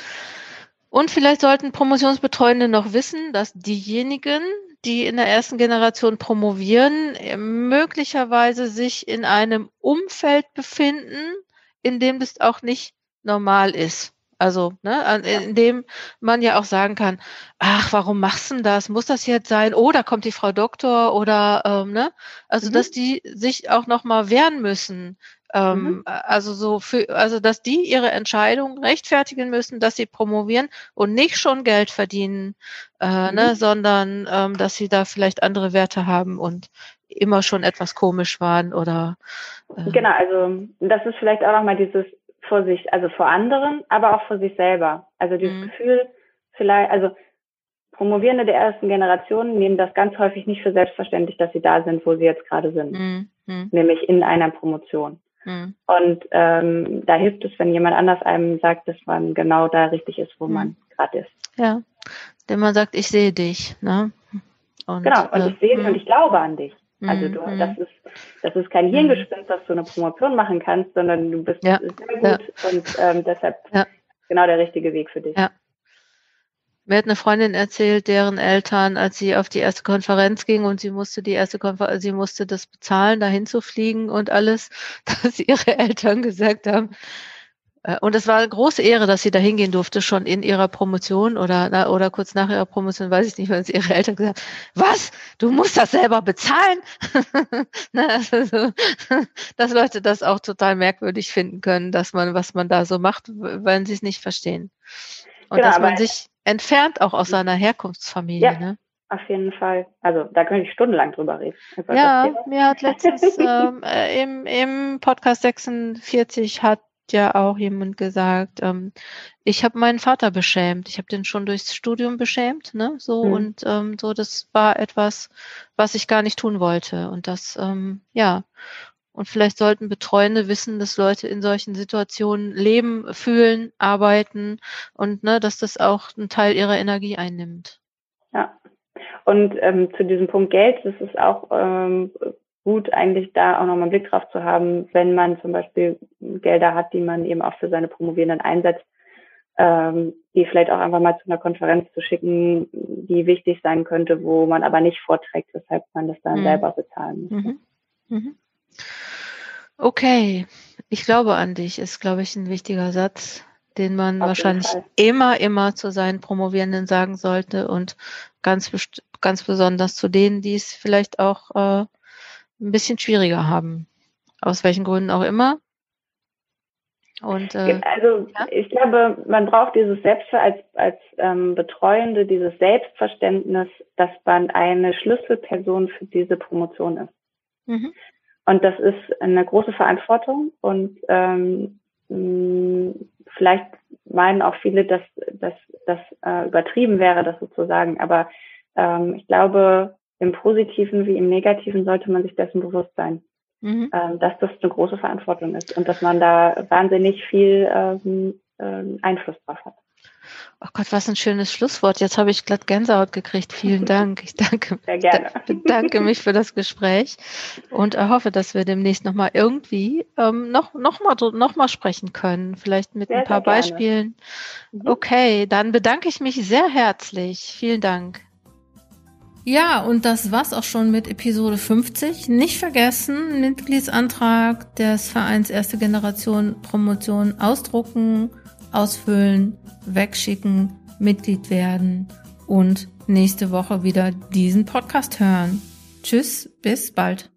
Und vielleicht sollten Promotionsbetreuende noch wissen, dass diejenigen, die in der ersten Generation promovieren, äh, möglicherweise sich in einem Umfeld befinden, in dem das auch nicht normal ist. Also, ne, an- Ja. in dem man ja auch sagen kann, ach, warum machst du denn das? Muss das jetzt sein? Oh, da kommt die Frau Doktor oder, ähm, ne? Also, Mhm. dass die sich auch noch mal wehren müssen. Ähm, Mhm. also so für, also dass die ihre Entscheidung rechtfertigen müssen, dass sie promovieren und nicht schon Geld verdienen, äh, Mhm. ne, sondern ähm, dass sie da vielleicht andere Werte haben und immer schon etwas komisch waren oder äh, Genau, also das ist vielleicht auch nochmal dieses vor sich, also vor anderen, aber auch vor sich selber. Also dieses mh, Gefühl, vielleicht, also Promovierende der ersten Generation nehmen das ganz häufig nicht für selbstverständlich, dass sie da sind, wo sie jetzt gerade sind, mh, mh, nämlich in einer Promotion. mh, Und ähm, da hilft es, wenn jemand anders einem sagt, dass man genau da richtig ist, wo mh. man gerade ist. Ja, wenn man sagt, ich sehe dich, ne? Und Genau, und äh, ich sehe dich und mh, ich glaube an dich. Also mh, du, mh, das ist, das ist kein mh. Hirngespinst, dass du eine Promotion machen kannst, sondern du bist Ja, sehr ja, gut und ähm, deshalb ja, genau der richtige Weg für dich. ja. Mir hat eine Freundin erzählt, deren Eltern, als sie auf die erste Konferenz ging und sie musste die erste Konfer sie musste das bezahlen, dahin zu fliegen und alles, dass ihre Eltern gesagt haben, äh, und es war eine große Ehre, dass sie da hingehen durfte, schon in ihrer Promotion oder na, oder kurz nach ihrer Promotion, weiß ich nicht, weil sie ihre Eltern gesagt haben, was? Du musst das selber bezahlen? Ne, also so, dass Leute das auch total merkwürdig finden können, dass man, was man da so macht, wenn sie es nicht verstehen. Und Genau, dass aber man sich entfernt auch aus seiner Herkunftsfamilie, ja, ne? auf jeden Fall. Also da könnte ich stundenlang drüber reden über das Ja, Thema. mir hat letztens ähm, äh, im, im Podcast sechsundvierzig hat ja auch jemand gesagt, ähm, ich habe meinen Vater beschämt. Ich habe den schon durchs Studium beschämt, ne? So Hm. und ähm, so, das war etwas, was ich gar nicht tun wollte. Und das, ähm, ja, und vielleicht sollten Betreuende wissen, dass Leute in solchen Situationen leben, fühlen, arbeiten und ne, dass das auch einen Teil ihrer Energie einnimmt. Ja. Und ähm, zu diesem Punkt Geld, das ist auch ähm, gut, eigentlich da auch nochmal einen Blick drauf zu haben, wenn man zum Beispiel Gelder hat, die man eben auch für seine Promovierenden einsetzt, ähm, die vielleicht auch einfach mal zu einer Konferenz zu schicken, die wichtig sein könnte, wo man aber nicht vorträgt, weshalb man das dann Mhm. selber bezahlen muss. Mhm. Mhm. Okay, ich glaube an dich, ist, glaube ich, ein wichtiger Satz, den man Auf jeden wahrscheinlich Fall. immer, immer zu seinen Promovierenden sagen sollte und ganz, best- ganz besonders zu denen, die es vielleicht auch äh, ein bisschen schwieriger haben. Aus welchen Gründen auch immer. Und äh, Also ja. ich glaube, man braucht dieses Selbstver als als ähm, Betreuende, dieses Selbstverständnis, dass man eine Schlüsselperson für diese Promotion ist. Mhm. Und das ist eine große Verantwortung und ähm, mh, vielleicht meinen auch viele, dass dass das äh, übertrieben wäre, das sozusagen. Aber ähm, ich glaube, im Positiven wie im Negativen sollte man sich dessen bewusst sein, Mhm. ähm, dass das eine große Verantwortung ist und dass man da wahnsinnig viel ähm, äh, Einfluss drauf hat. Oh Gott, was ein schönes Schlusswort. Jetzt habe ich glatt Gänsehaut gekriegt. Vielen Dank. Ich danke, Sehr gerne. bedanke mich für das Gespräch und hoffe, dass wir demnächst nochmal irgendwie ähm, noch, noch, mal, noch mal sprechen können. Vielleicht mit sehr, ein paar Beispielen. Mhm. Okay, dann bedanke ich mich sehr herzlich. Vielen Dank. Ja, und das war's auch schon mit Episode fünfzig. Nicht vergessen, Mitgliedsantrag des Vereins Erste Generation Promotion ausdrucken, ausfüllen, wegschicken, Mitglied werden und nächste Woche wieder diesen Podcast hören. Tschüss, bis bald.